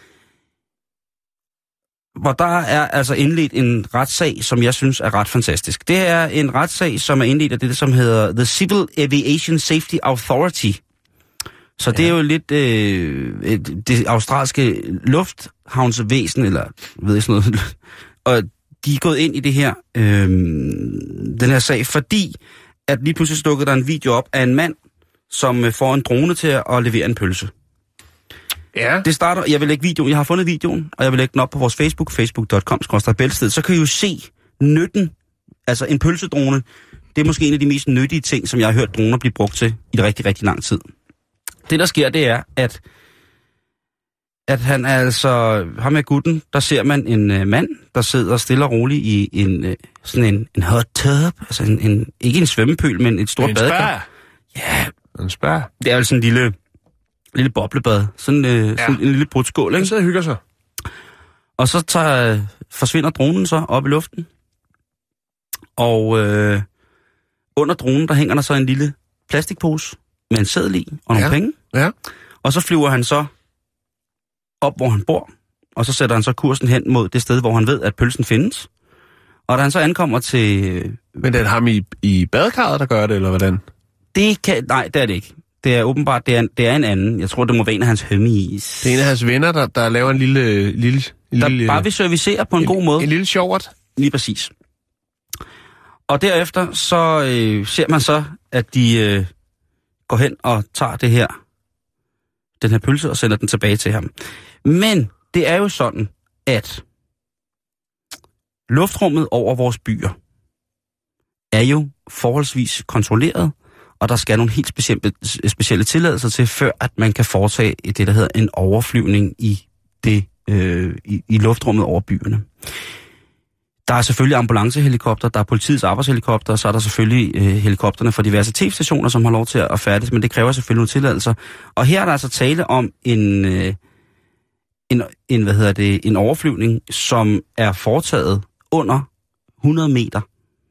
Hvor der er altså indledt en retssag, som jeg synes er ret fantastisk. Det er en retssag, som er indledt af det, som hedder The Civil Aviation Safety Authority. Så ja. det er jo lidt øh, et, det australske lufthavnsvæsen, eller ved jeg sådan noget. Og de er gået ind i det her, øh, den her sag, fordi at lige pludselig stukkede der en video op af en mand, som får en drone til at levere en pølse. Ja. Det starter, jeg vil lægge videoen, jeg har fundet videoen, og jeg vil lægge den op på vores Facebook, facebook punktum com skråstreg bæltsted, så kan I jo se nytten, altså en pølsedrone, det er måske en af de mest nyttige ting, som jeg har hørt droner blive brugt til i rigtig, rigtig lang tid. Det der sker, det er, at, at han er altså, ham med gutten, der ser man en uh, mand, der sidder stille og roligt i en, uh, sådan en, en hot tub, altså en, en, ikke en svømmepøl, men et stort badekar. Ja, en spær. Det er altså en lille... lille boblebad. Sådan, øh, ja. sådan en lille brudt skål, ikke? Så sidder og hygger sig. Og så tager, forsvinder dronen så op i luften. Og øh, under dronen, der hænger der så en lille plastikpose med en seddel i og nogle ja. penge. Ja. Og så flyver han så op, hvor han bor. Og så sætter han så kursen hen mod det sted, hvor han ved, at pølsen findes. Og da han så ankommer til... Men det er ham i, i badekarret, der gør det, eller hvordan? Det kan... Nej, det er det ikke. Det er åbenbart, det er, det er en anden. Jeg tror, det må være en af hans hømmis. Det er en af hans venner, der, der laver en lille... lille der lille, bare vil servicere på en, en god måde. En lille sjovert. Lige præcis. Og derefter så øh, ser man så, at de øh, går hen og tager det her, den her pølse og sender den tilbage til ham. Men det er jo sådan, at luftrummet over vores byer er jo forholdsvis kontrolleret, og der skal nogle helt specielle, specielle tilladelser til, før at man kan foretage det, der hedder en overflyvning i, det, øh, i, i luftrummet over byerne. Der er selvfølgelig ambulancehelikopter, der er politiets arbejdshelikopter, så er der selvfølgelig øh, helikopterne fra diverse tv-stationer, som har lov til at færdes, men det kræver selvfølgelig nogle tilladelser. Og her er der altså tale om en, øh, en, en, hvad hedder det, en overflyvning, som er foretaget under hundrede meter.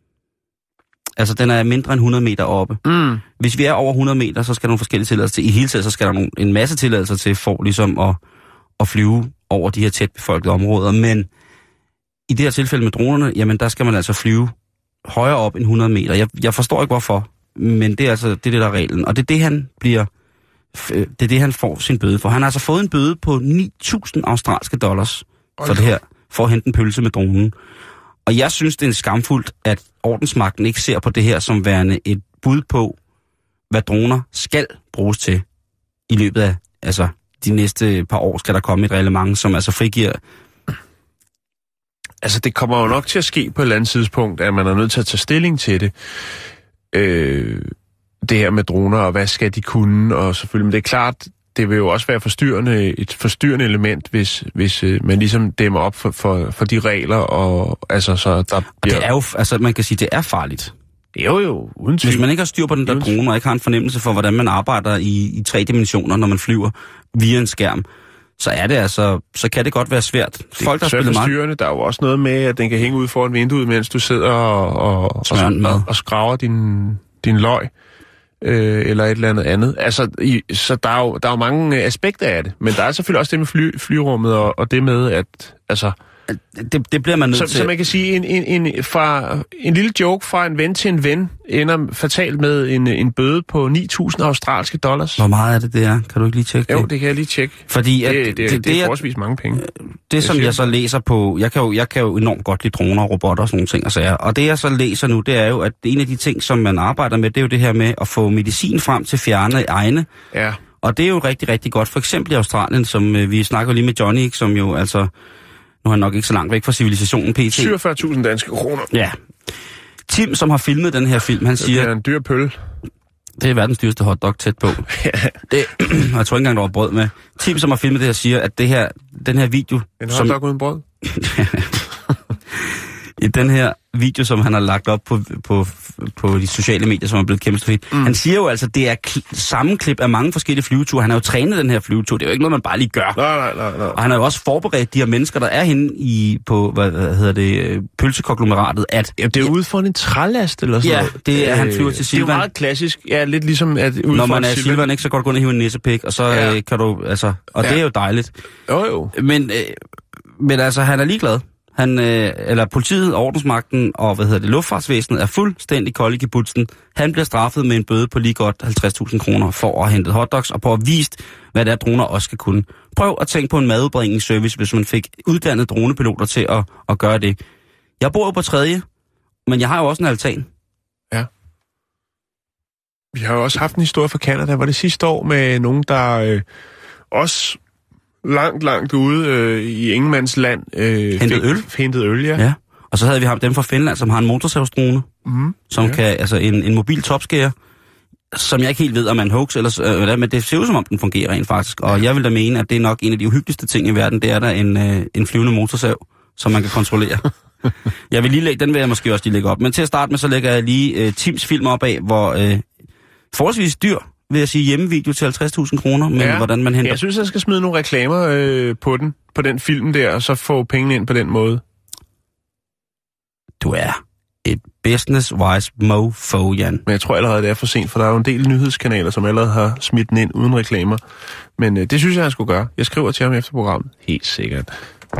Altså, den er mindre end hundrede meter oppe. Mm. Hvis vi er over hundrede meter, så skal der nogle forskellige tilladelser til. I hele taget, så skal der nogle, en masse tilladelser til for ligesom at, at flyve over de her tæt befolkede områder. Men i det her tilfælde med dronerne, jamen der skal man altså flyve højere op end hundrede meter. Jeg, jeg forstår ikke hvorfor, men det er altså det, er det der er reglen. Og det er det, han bliver, det er det, han får sin bøde for. Han har altså fået en bøde på ni tusind australske dollars for det her, for at hente en pølse med dronen. Og jeg synes, det er skamfuldt, at ordensmagten ikke ser på det her som værende et bud på, hvad droner skal bruges til i løbet af, altså de næste par år skal der komme et reglement, som altså frigiver. Altså, det kommer jo nok til at ske på et eller andet tidspunkt, at man er nødt til at tage stilling til det. Øh, det her med droner, og hvad skal de kunne, og selvfølgelig. Men det er klart, det vil jo også være forstyrrende, et forstyrrende element, hvis, hvis øh, man ligesom dæmmer op for, for, for de regler, og altså så der bliver... Og det er jo, altså man kan sige, det er farligt. Jo jo, uden tvivl. Hvis man ikke har styr på den der drone, og ikke har en fornemmelse for, hvordan man arbejder i, i tre dimensioner, når man flyver via en skærm, så er det altså, så kan det godt være svært. Det Folk, der er svært spiller forstyrrende. Meget... Der er jo også noget med, at den kan hænge ud foran vinduet, mens du sidder og, og, og, og, og skraver din, din løg. Øh, eller et eller andet andet. Altså, i, så der er, jo, der er jo mange aspekter af det, men der er selvfølgelig også det med fly, flyrummet, og, og det med, at altså... Det, det bliver man nødt så, til. Så man kan sige, en, en, en, fra, en lille joke fra en ven til en ven ender fatalt med en, en bøde på ni tusind australske dollars. Hvor meget er det, det er? Kan du ikke lige tjekke det? Jo, det kan jeg lige tjekke. Fordi at, det, det, det, det, det er forholdsvis mange penge. Det, som jeg, jeg så læser på... Jeg kan, jo, jeg kan jo enormt godt lide droner og robotter og sådan nogle ting og sager. Og det, jeg så læser nu, det er jo, at en af de ting, som man arbejder med, det er jo det her med at få medicin frem til fjerne egne. Ja. Og det er jo rigtig, rigtig godt. For eksempel i Australien, som øh, vi snakker lige med Johnny, ikke, som jo altså... Nu er han nok ikke så langt væk fra civilisationen, P T. syvogfyrre tusind danske kroner. Ja. Tim, som har filmet den her film, han siger... Det er en dyr pøl. Det er verdens dyreste hotdog tæt på. Ja. Det, jeg tror ikke engang, der var brød med. Tim, som har filmet det her, siger, at det her, den her video... En hotdog som, uden brød? I den her video, som han har lagt op på, på, på de sociale medier, som er blevet kæmpe stort. Mm. Han siger jo altså, at det er kl- sammenklip af mange forskellige flyveture. Han har jo trænet den her flyvetur. Det er jo ikke noget, man bare lige gør. Nej, nej, nej, nej. Og han har jo også forberedt de her mennesker, der er henne i, på, hvad, hvad hedder det, pølsekonglomeratet, at... Ja, det er ude for en trælast eller sådan ja, noget. det er, han flyver til Silvan. Det er jo meget klassisk. Ja, lidt ligesom at ude når for man er Silvan, Silvan, ikke, så kan du gå ind og hive en nissepik, og så ja. øh, kan du, altså... Og ja. Det er jo dejligt. Jo, jo. Men, øh, men altså, han er ligeglad. Han, øh, eller politiet, ordensmagten og hvad hedder det, luftfartsvæsenet er fuldstændig kold i kibbutzen. Han bliver straffet med en bøde på lige godt halvtreds tusind kroner for at hente hotdogs og på at vise, hvad der droner også skal kunne. Prøv at tænke på en madudbringningsservice, hvis man fik uddannet dronepiloter til at, at gøre det. Jeg bor jo på tredje, men jeg har jo også en altan. Ja. Vi har jo også haft en historie fra Canada, var det sidste år med nogen, der øh, også... langt, langt ude øh, i ingenmandsland. Øh, hentet øl? Hentet øl, ja. ja. Og så havde vi ham dem fra Finland, som har en motorsavsdrone, mm, som ja. kan, altså en, en mobil topskærer, som jeg ikke helt ved, om man hoax eller øh, men det ser ud som om, den fungerer rent faktisk. Og ja. Jeg vil da mene, at det er nok en af de uhyggeligste ting i verden, det er der en, øh, en flyvende motorsav, som man kan kontrollere. jeg vil lige lægge, den vil jeg måske også lige lægge op. Men til at starte med, så lægger jeg lige øh, Tims film op af, hvor øh, forholdsvis dyr vil jeg sige, hjemmevideo til halvtreds tusind kroner, men ja. hvordan man henter... Jeg synes, jeg skal smide nogle reklamer øh, på den, på den film der, og så få pengene ind på den måde. Du er et business-wise mofo, Jan. Men jeg tror allerede, det er for sent, for der er jo en del nyhedskanaler, som allerede har smidt den ind uden reklamer. Men øh, det synes jeg, han skulle gøre. Jeg skriver til ham efter programmet. Helt sikkert.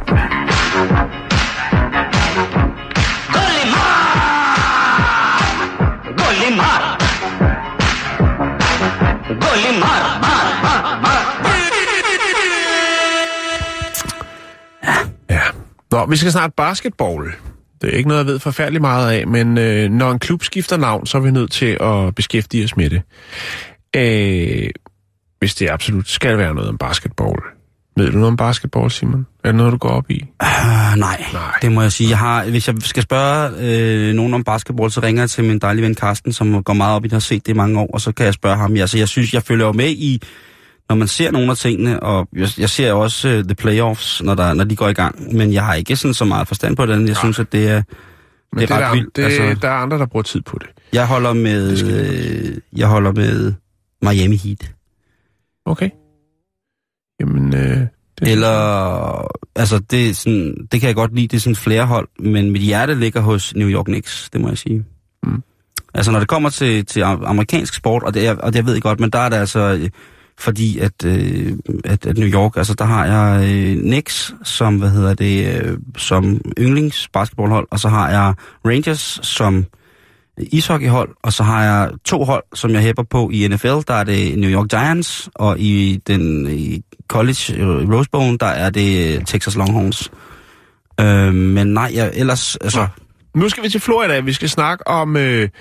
Ja. Nå, vi skal snart basketball. Det er ikke noget, jeg ved forfærdeligt meget af, men øh, når en klub skifter navn, så er vi nødt til at beskæftige os med det. Øh, hvis det absolut skal være noget om basketball. Ved du noget om basketball, Simon? Er det noget, du går op i? Uh, nej, nej, det må jeg sige. Jeg har, hvis jeg skal spørge øh, nogen om basketball, så ringer jeg til min dejlige ven Karsten, som går meget op i det, har set det i mange år, og så kan jeg spørge ham. Altså, jeg synes, jeg følger jo med i, når man ser nogle af tingene, og jeg, jeg ser også uh, the playoffs, når, der, når de går i gang, men jeg har ikke sådan så meget forstand på det. Jeg synes, at det er, men det er det ret der, vildt. Det, altså, der er andre, der bruger tid på det. Jeg holder med, øh, jeg holder med Miami Heat. Okay. Jamen, øh, det Eller, altså, det, er sådan, det kan jeg godt lide, det er sådan flere hold, men mit hjerte ligger hos New York Knicks, det må jeg sige. Mm. Altså, når det kommer til, til amerikansk sport, og det, er, og det jeg ved jeg godt, men der er det altså, fordi at, øh, at, at New York, altså der har jeg øh, Knicks, som, hvad hedder det, øh, som yndlingsbasketballhold, og så har jeg Rangers som ishockeyhold, og så har jeg to hold, som jeg hæpper på i N F L. Der er det New York Giants, og i den i college Rose Bowl, der er det Texas Longhorns. Øh, men nej, jeg ellers... Altså... Nu skal vi til Florida. Vi skal snakke om øh,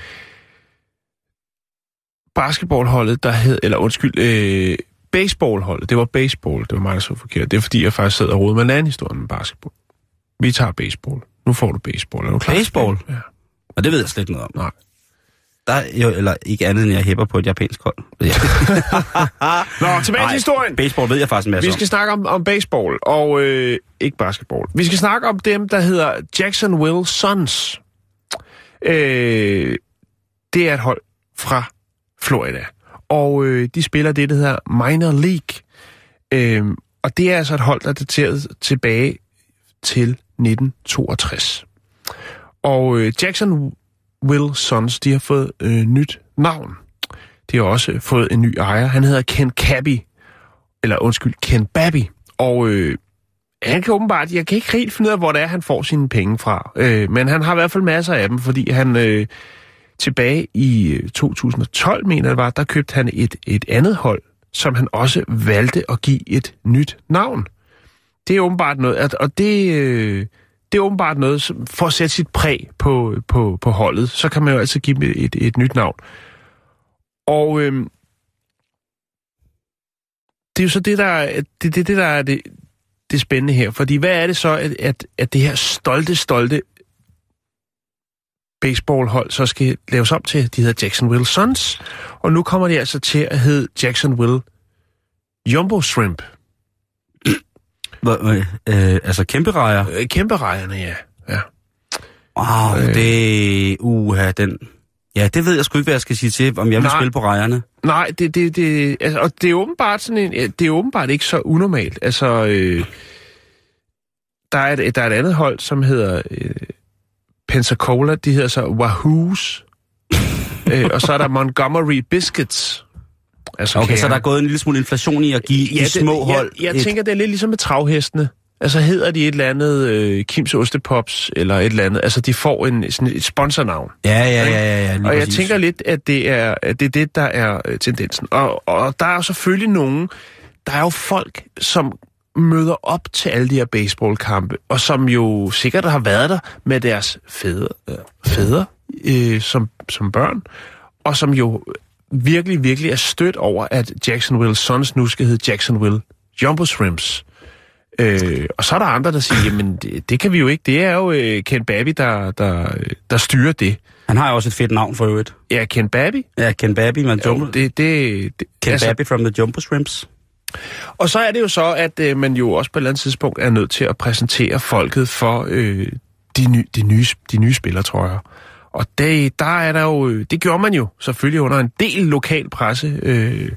basketballholdet, der hed... Eller undskyld, øh, baseballholdet. Det var baseball. Det var mig, der så forkert. Det er fordi, jeg faktisk sidder og roder med en anden historie med basketball. Vi tager baseball. Nu får du baseball. Er du klar? Baseball? Ja. Og det ved jeg slet ikke noget om. Nej. Der er jo, eller ikke andet, end jeg hæpper på et japansk hold. Ja. Nå, tilbage Nej, til historien. Baseball ved jeg faktisk en masse Vi skal om. snakke om, om baseball, og øh, ikke basketball. Vi skal snakke om dem, der hedder Jacksonville Suns. Øh, det er et hold fra Florida. Og øh, de spiller det, der hedder Minor League. Øh, og det er altså et hold, der er dateret tilbage til nitten toogtres. Og øh, Jacksonville Suns, de har fået øh, nyt navn. De har også fået en ny ejer. Han hedder Ken Cabby. Eller undskyld, Ken Babby. Og øh, han kan åbenbart, jeg kan ikke helt finde ud af, hvor det er, han får sine penge fra. Øh, men han har i hvert fald masser af dem, fordi han øh, tilbage i to tusind og tolv, mener det var, der købte han et, et andet hold, som han også valgte at give et nyt navn. Det er åbenbart noget, og det, øh, det er åbenbart noget, som, for at sætte sit præg på, på, på holdet, så kan man jo altså give dem et, et nyt navn. Og øh, det er jo så det, der er det, det, det, der er det, det spændende her. Fordi hvad er det så, at, at, at det her stolte, stolte baseballhold så skal laves om til? De hedder Jacksonville Suns, og nu kommer de altså til at hedde Jacksonville Jumbo Shrimp. Øh, øh, altså kæmperejer? Øh, kæmperejerne, ja. ja. Wow, øh. det... Uha, den... Ja, det ved jeg sgu ikke, hvad jeg skal sige til, om jeg vil Nej. spille på rejerne. Nej, det, det, det, altså, og det er åbenbart sådan en, det er åbenbart ikke så unormalt. Altså, øh, der, er et, der er et andet hold, som hedder øh, Pensacola, de hedder så Wahoos, øh, og så er der Montgomery Biscuits. Altså, Okay, kære. så der er gået en lille smule inflation i at give ja, de små det, hold... Jeg, jeg et... tænker, det er lidt ligesom med travhestene. Altså hedder de et eller andet øh, Kims Ostepops, eller et eller andet. Altså de får en, sådan et sponsornavn. Ja, ja, ja, ja, ja lige Og jeg præcis. tænker lidt, at det er, at det, er det, der er øh, tendensen. Og, og der er jo selvfølgelig nogen, der er jo folk, som møder op til alle de her baseballkampe, og som jo sikkert har været der med deres fædre, øh, fædre øh, som, som børn, og som jo virkelig, virkelig er stødt over, at Jacksonville Suns nu skal hedde Jacksonville Jumbo Shrimps. Øh, og så er der andre, der siger, jamen det, det kan vi jo ikke. Det er jo øh, Ken Babby, der, der, der styrer det. Han har jo også et fedt navn for øvrigt. Ja, Ken Babby. Ja, Ken Babby med Jumbo. Jo, det, det, det, Ken altså, Babby from the Jumbo Shrimps. Og så er det jo så, at øh, man jo også på et eller andet tidspunkt er nødt til at præsentere folket for øh, de, ny, de, nye, de nye spillertrøjer. Og det, der er der jo, det gjorde man jo selvfølgelig under en del lokal presse øh,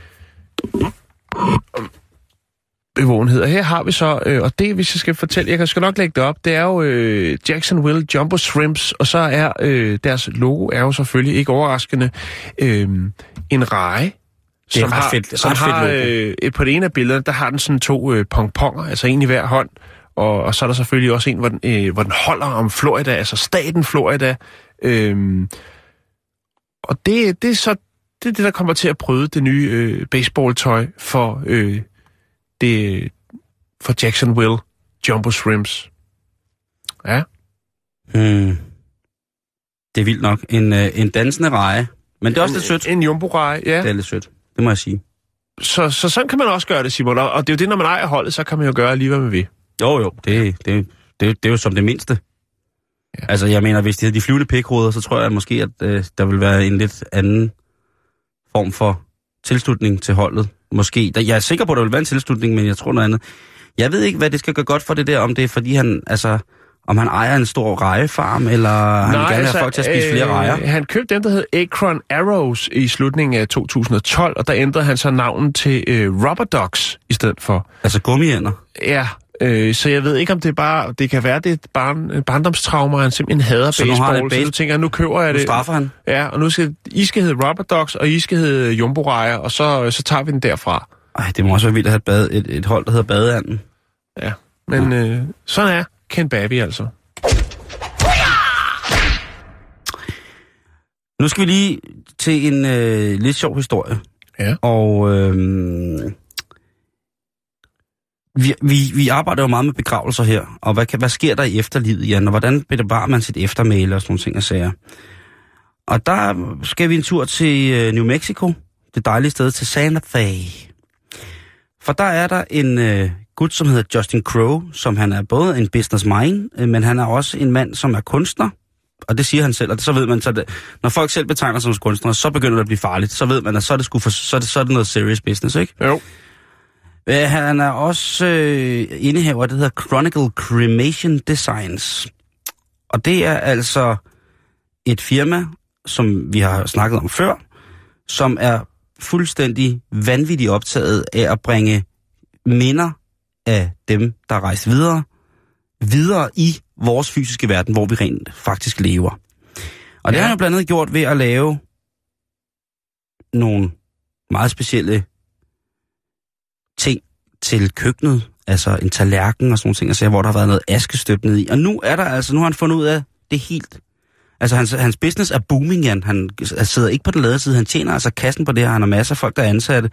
bevågenhed. Her har vi så, øh, og det hvis jeg skal fortælle, jeg skal nok lægge det op, det er jo øh, Jacksonville Jumbo Shrimps, og så er øh, deres logo er jo selvfølgelig ikke overraskende øh, en reje. Det er som ret har, fedt, som ret fedt har logo. øh, på det ene af billederne, der har den sådan to øh, pongponger, altså en i hver hånd, og, og så er der selvfølgelig også en, hvor den, øh, hvor den holder om Florida, altså staten Florida. Øh, og det, det er så det, er det, der kommer til at bryde det nye øh, baseballtøj for, øh, det, for Jacksonville Jumbo Shrimps. Ja. Hmm. Det er vildt nok. En, øh, en dansende reje. Men det er også lidt sødt. En jumbo-reje, ja. Det er lidt sødt. Det må jeg sige. Så, så sådan kan man også gøre det, Simon. Og det er jo det, når man ejer holdet, så kan man jo gøre lige, hvad man vil. Jo, jo. Det, det, det, det, det er jo som det mindste. Ja. Altså, jeg mener, hvis de havde de flyvende pikhoveder, så tror jeg at måske, at øh, der vil være en lidt anden form for tilslutning til holdet. Måske. Jeg er sikker på, at der vil være en tilslutning, men jeg tror noget andet. Jeg ved ikke, hvad det skal gøre godt for det der, om det er, fordi han, altså, om han ejer en stor rejefarm, eller han Nej, vil gerne altså, have folk til at spise øh, flere rejer. Han købte den, der hed Akron Arrows i slutningen af to tusind og tolv, og der ændrede han så navnet til øh, Rubber Ducks i stedet for. Altså gummiænder? Ja, øh, så jeg ved ikke, om det er bare, det kan være, det er et barn, barndomstraumer, han simpelthen hader så baseball, base... så du tænker, nu køber jeg nu det. Nu straffer han? Ja, og nu skal, I skal hedde Rubber Ducks, og I skal hedde Jumbo-rejer, og så, så tager vi den derfra. Ej, det må også være vildt at have et, bade, et, et hold, der hedder Badeanden. Ja, men ja. Øh, sådan er Ken Baby altså. Nu skal vi lige til en øh, lidt sjov historie. Ja. Og øh, vi, vi, vi arbejder jo meget med begravelser her. Og hvad, kan, hvad sker der i efterlivet, Jan? Og hvordan bevarer man sit eftermæle og sådan nogle ting og sager? Og der skal vi en tur til øh, New Mexico. Det dejlige sted til Santa Fe. For der er der en øh, gut, som hedder Justin Crowe, som han er både en businessman, øh, men han er også en mand, som er kunstner. Og det siger han selv, og så ved man, så det, når folk selv betegner sig som kunstnere, så begynder det at blive farligt. Så ved man, at så er det, sgu for, så er det, så er det noget serious business, ikke? Jo. Øh, han er også øh, indehaver, det hedder Chronicle Cremation Designs. Og det er altså et firma, som vi har snakket om før, som er fuldstændig vanvittigt optaget af at bringe minder af dem, der er rejst videre, videre i vores fysiske verden, hvor vi rent faktisk lever. Og det ja. har han jo blandt andet gjort ved at lave nogle meget specielle ting til køkkenet, altså en tallerken og sådan nogle ting, altså, hvor der har været noget askestøbt ned i. Og nu er der altså, nu har han fundet ud af det helt. Altså hans, hans business er booming, Jan. Han, han sidder ikke på den lade side, han tjener altså kassen på det her, han har masser af folk, der er ansatte.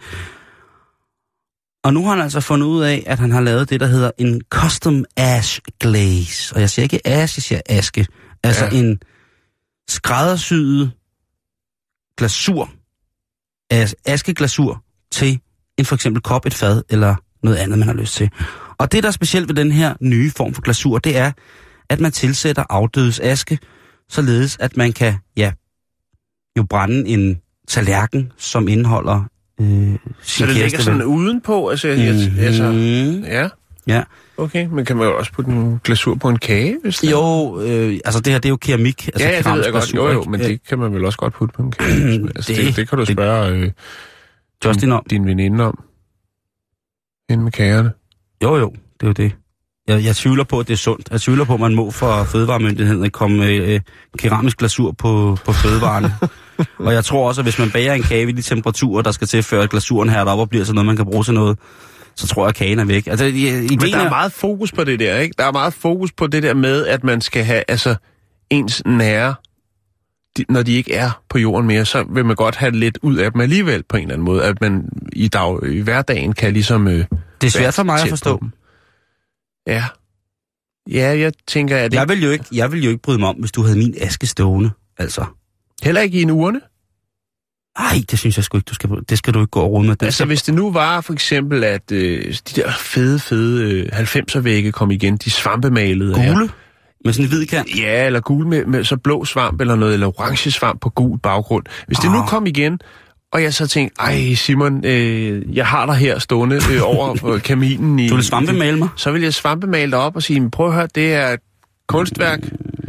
Og nu har han altså fundet ud af, at han har lavet det, der hedder en custom ash glaze. Og jeg siger ikke ash, jeg siger aske. Altså ja. en skræddersyet glasur, askeglasur til en for eksempel kop, et fad eller noget andet, man har lyst til. Og det, der er specielt ved den her nye form for glasur, det er, at man tilsætter afdødes aske, således at man kan, ja, jo brænde en tallerken, som indeholder Øh, så det ligger sådan udenpå? Altså, mm-hmm. altså, ja. Ja. Okay, men kan man jo også putte en glasur på en kage? Hvis det jo, øh, altså det her, det er jo keramik. Altså ja, ja, det ved jeg godt. Jo, jo, men det kan man vel også godt putte på en kage. altså, det, det, det kan du spørge øh, Justin om. din veninde om. Inden med kagerne. Jo, jo, det er jo det. Jeg, jeg tvivler på, at det er sundt. Jeg tvivler på, at man må for fødevaremyndigheden at komme med øh, keramisk glasur på, på fødevarene. Og jeg tror også, at hvis man bager en kage ved de temperaturer, der skal til, før glasuren her deroppe og bliver sådan noget, man kan bruge til noget, så tror jeg, at kagen er væk. Altså, i, i Men der er meget fokus på det der, ikke? Der er meget fokus på det der med, at man skal have altså ens nære, de, når de ikke er på jorden mere, så vil man godt have lidt ud af dem alligevel på en eller anden måde, at man i, dag, i hverdagen kan ligesom... Øh, det er svært for mig at forstå. Ja. Ja, jeg tænker, at... Det... Jeg vil jo ikke, jeg vil jo ikke bryde mig om, hvis du havde min aske stående, altså. Heller ikke i en urne? Nej, det synes jeg sgu ikke, du skal, det skal du ikke gå over med. Den altså, skal... hvis det nu var for eksempel, at øh, de der fede, fede øh, halvfemser-vægge kom igen, de svampemalede. Gule? Her. Med sådan en hvid kant? Ja, eller gule med, med så blå svamp eller noget, eller orange svamp på gul baggrund. Hvis oh. det nu kom igen, og jeg så tænkte, ej Simon, øh, jeg har dig her stående øh, over kaminen i... Du vil svampemale mig? Så vil jeg svampemale dig op og sige, prøv at høre, det er et kunstværk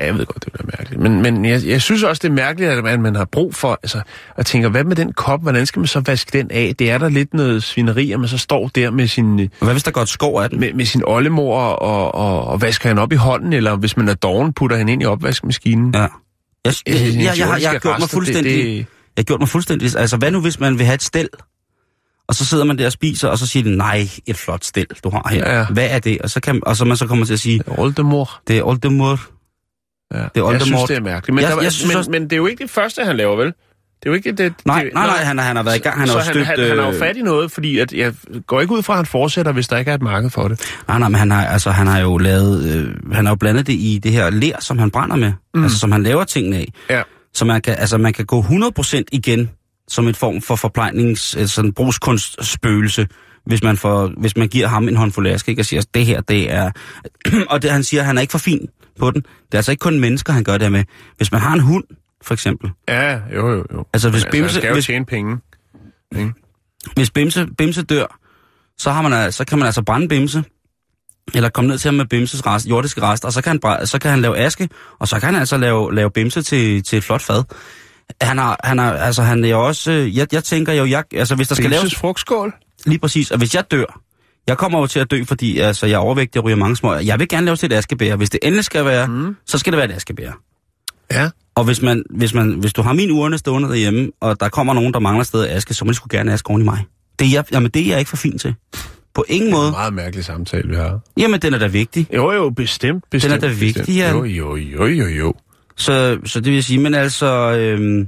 Ja, jeg ved godt, det er mærkeligt. Men, men jeg, jeg synes også, det er mærkeligt, at man har brug for... Altså, at tænke, hvad med den kop? Hvordan skal man så vaske den af? Det er der lidt noget svineri, at man så står der med sin... Hvad hvis der går et skov af den? Med, med sin oldemor og, og, og vasker han op i hånden, eller hvis man er doven, putter han ind i opvaskemaskinen. Ja. Jeg, jeg, jeg, jeg, jeg, jeg, jeg har gjort mig rester, fuldstændig... Det, det... Jeg har gjort mig fuldstændig... Altså, hvad nu, hvis man vil have et stel? Og så sidder man der og spiser, og så siger de, nej, et flot stel, du har her. Ja, ja. Hvad er det? Og så, kan, og så man så kommer til at sige... Det er oldemor. Det er oldemor. Ja. Det er oldemor. Jeg synes, det er mærkeligt. Men, jeg, der, jeg synes, men, også... men det er jo ikke det første, han laver, vel? Det er jo ikke det... det nej, det, nej, nej, han, han har været i gang. Han så har han, støbt, han, han har jo fat i noget, fordi at jeg går ikke ud fra, at han fortsætter, hvis der ikke er et marked for det. Nej, nej, men han har, altså, han har jo lavet... Øh, han har jo blandet det i det her ler, som han brænder med. Mm. Altså, som han laver tingene af. Ja. Så man kan, altså, man kan gå hundrede procent igen som et form for forplejnings... Altså, sådan brugskunstspøgelse, hvis man, får, hvis man giver ham en håndfuld aske, ikke, og siger, det her, det er... og det, han siger, han er ikke for fin på den. Det er altså ikke kun mennesker, han gør det med. Hvis man har en hund, for eksempel. Ja, jo, jo, jo. Altså, hvis altså, Bimse... han skal jo hvis, tjene penge. Ikke? Hvis Bimse, Bimse dør, så, har man, så kan man altså brænde Bimse, eller komme ned til ham med Bimses rest, jordiske rester, og så kan, han, så kan han lave aske, og så kan han altså lave, lave Bimse til, til et flot fad. Han har, han har, altså han er jo også, jeg, jeg tænker jo, jeg, altså hvis der skal laves... Bimses frugtskål? Lige præcis, og hvis jeg dør, jeg kommer jo til at dø, fordi altså, jeg er overvægtig og ryger mange små. Jeg vil gerne lave til et askebær. Hvis det endelig skal være, mm. så skal det være et askebær. Ja. Og hvis, man, hvis, man, hvis du har min urne stående derhjemme, og der kommer nogen, der mangler sted af aske, så må de sgu gerne aske oven i mig. Det er jeg, jamen, det er jeg ikke for fin til. På ingen måde. Det er en meget mærkelig samtale, vi har. Jamen, den er da vigtig. Jo, jo, bestemt, bestemt. Den er da vigtig, ja. Jo, jo, jo, jo, jo. Så, så det vil sige, men altså... Øhm,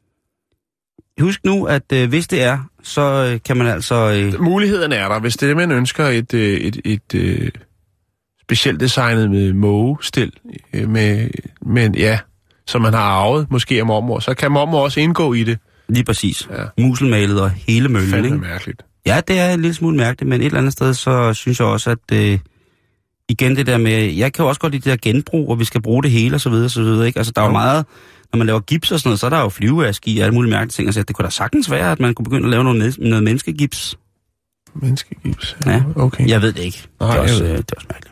husk nu, at øh, hvis det er, så øh, kan man altså... Øh... Muligheden er der. Hvis det er det, man ønsker et, øh, et, et øh, specielt designet med mågestil, øh, med, med, ja, som man har arvet, måske af mormor, så kan mormor også indgå i det. Lige præcis. Ja. Muselmalet og hele møllen, ikke? Fandme mærkeligt. Ja, det er en lille smule mærkeligt, men et eller andet sted, så synes jeg også, at øh, igen det der med... Jeg kan jo også godt lide det der genbrug, og vi skal bruge det hele, og så videre, og så videre, ikke? Altså, der er jo meget... Når man laver gips og sådan noget, så er der jo flyveaske i og alle mulige mærkelige ting. Altså, det kunne da sagtens være, at man kunne begynde at lave noget, noget menneskegips. Menneskegips? Ja, okay. Jeg ved det ikke. Nej, det, er også, øh, det er også mærkeligt.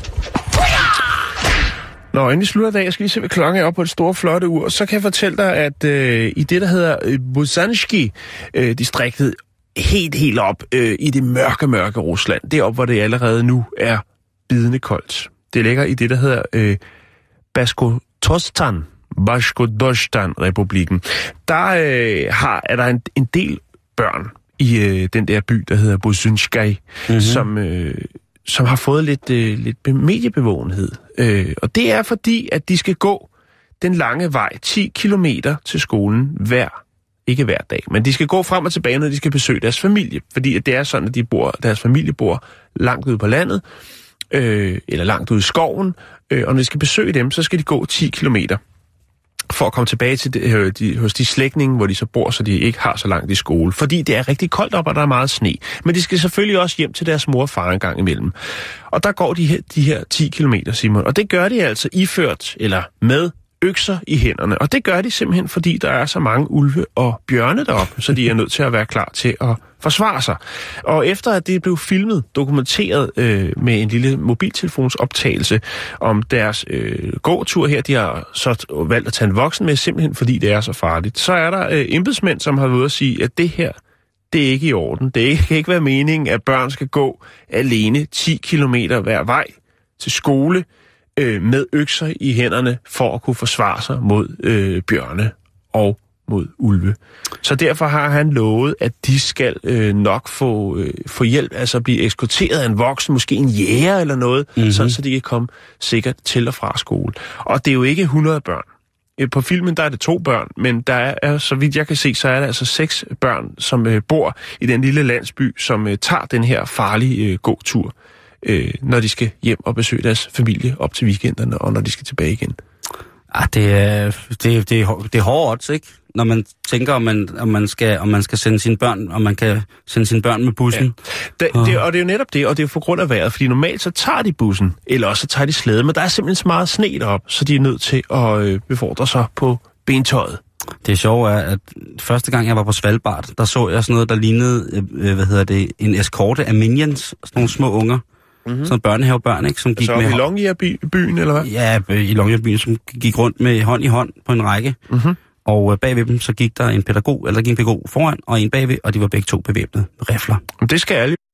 Nå, inden vi slutter dag, jeg skal lige se, hvad klokken er op på et stort, flotte ur. Så kan jeg fortælle dig, at øh, i det, der hedder øh, Buzanski-distriktet, øh, helt, helt op øh, i det mørke, mørke Rusland, det er op, hvor det allerede nu er bidende koldt. Det ligger i det, der hedder øh, Baskotostan. Bashkortostan-republikken. Der øh, har, er der en, en del børn i øh, den der by, der hedder Buzynskij, mm-hmm. som, øh, som har fået lidt, øh, lidt mediebevågenhed. Øh, og det er fordi, at de skal gå den lange vej, ti kilometer til skolen hver, ikke hver dag, men de skal gå frem og tilbage, når de skal besøge deres familie. Fordi at det er sådan, at de bor, deres familie bor langt ude på landet, øh, eller langt ude i skoven, øh, og når de skal besøge dem, så skal de gå ti kilometer. For at komme tilbage til de, øh, de, hos de slægtninge, hvor de så bor, så de ikke har så langt i skole. Fordi det er rigtig koldt op, og der er meget sne. Men de skal selvfølgelig også hjem til deres mor og far en gang imellem. Og der går de her, de her ti kilometer, Simon. Og det gør de altså iført, eller med økser i hænderne. Og det gør de simpelthen, fordi der er så mange ulve og bjørne deroppe, så de er nødt til at være klar til at forsvare sig. Og efter at det blev filmet, dokumenteret øh, med en lille mobiltelefonsoptagelse om deres øh, gåtur her, de har så valgt at tage en voksen med, simpelthen fordi det er så farligt, så er der øh, embedsmænd, som har været at sige, at det her, det er ikke i orden. Det kan ikke være meningen, at børn skal gå alene ti kilometer hver vej til skole, med økser i hænderne for at kunne forsvare sig mod øh, bjørne og mod ulve. Så derfor har han lovet, at de skal øh, nok få, øh, få hjælp, altså blive eskorteret af en voksen, måske en jæger eller noget, mm-hmm. sådan, så de kan komme sikkert til og fra skole. Og det er jo ikke hundrede børn. På filmen der er det to børn, men der er, så vidt jeg kan se, så er der altså seks børn, som øh, bor i den lille landsby, som øh, tager den her farlige øh, gåtur. Øh, når de skal hjem og besøge deres familie op til weekenderne, og når de skal tilbage igen. Ah, det er, det, det, er, det er hårdt odds, ikke? Når man tænker, om man, om man, skal, om man skal sende sine børn, om man kan sende sine børn med bussen. Ja. Da, oh. det, og det er jo netop det, og det er jo for grund af vejret, fordi normalt så tager de bussen, eller også så tager de slæde, men der er simpelthen så meget sne derop, så de er nødt til at øh, befordre sig på bentøjet. Det sjove er, at første gang jeg var på Svalbard, der så jeg sådan noget, der lignede, øh, hvad hedder det, en eskorte af minions, sådan nogle små unger. Mm-hmm. Sådan børnehavebørn, ikke? Som gik så med i Longyearbyen, eller hvad? Ja, i Longyearbyen, som gik rundt med hånd i hånd på en række. Mm-hmm. Og øh, bagved dem, så gik der en pædagog, eller der gik en pædagog foran, og en bagved, og de var begge to bevæbnet med rifler. Det skal alle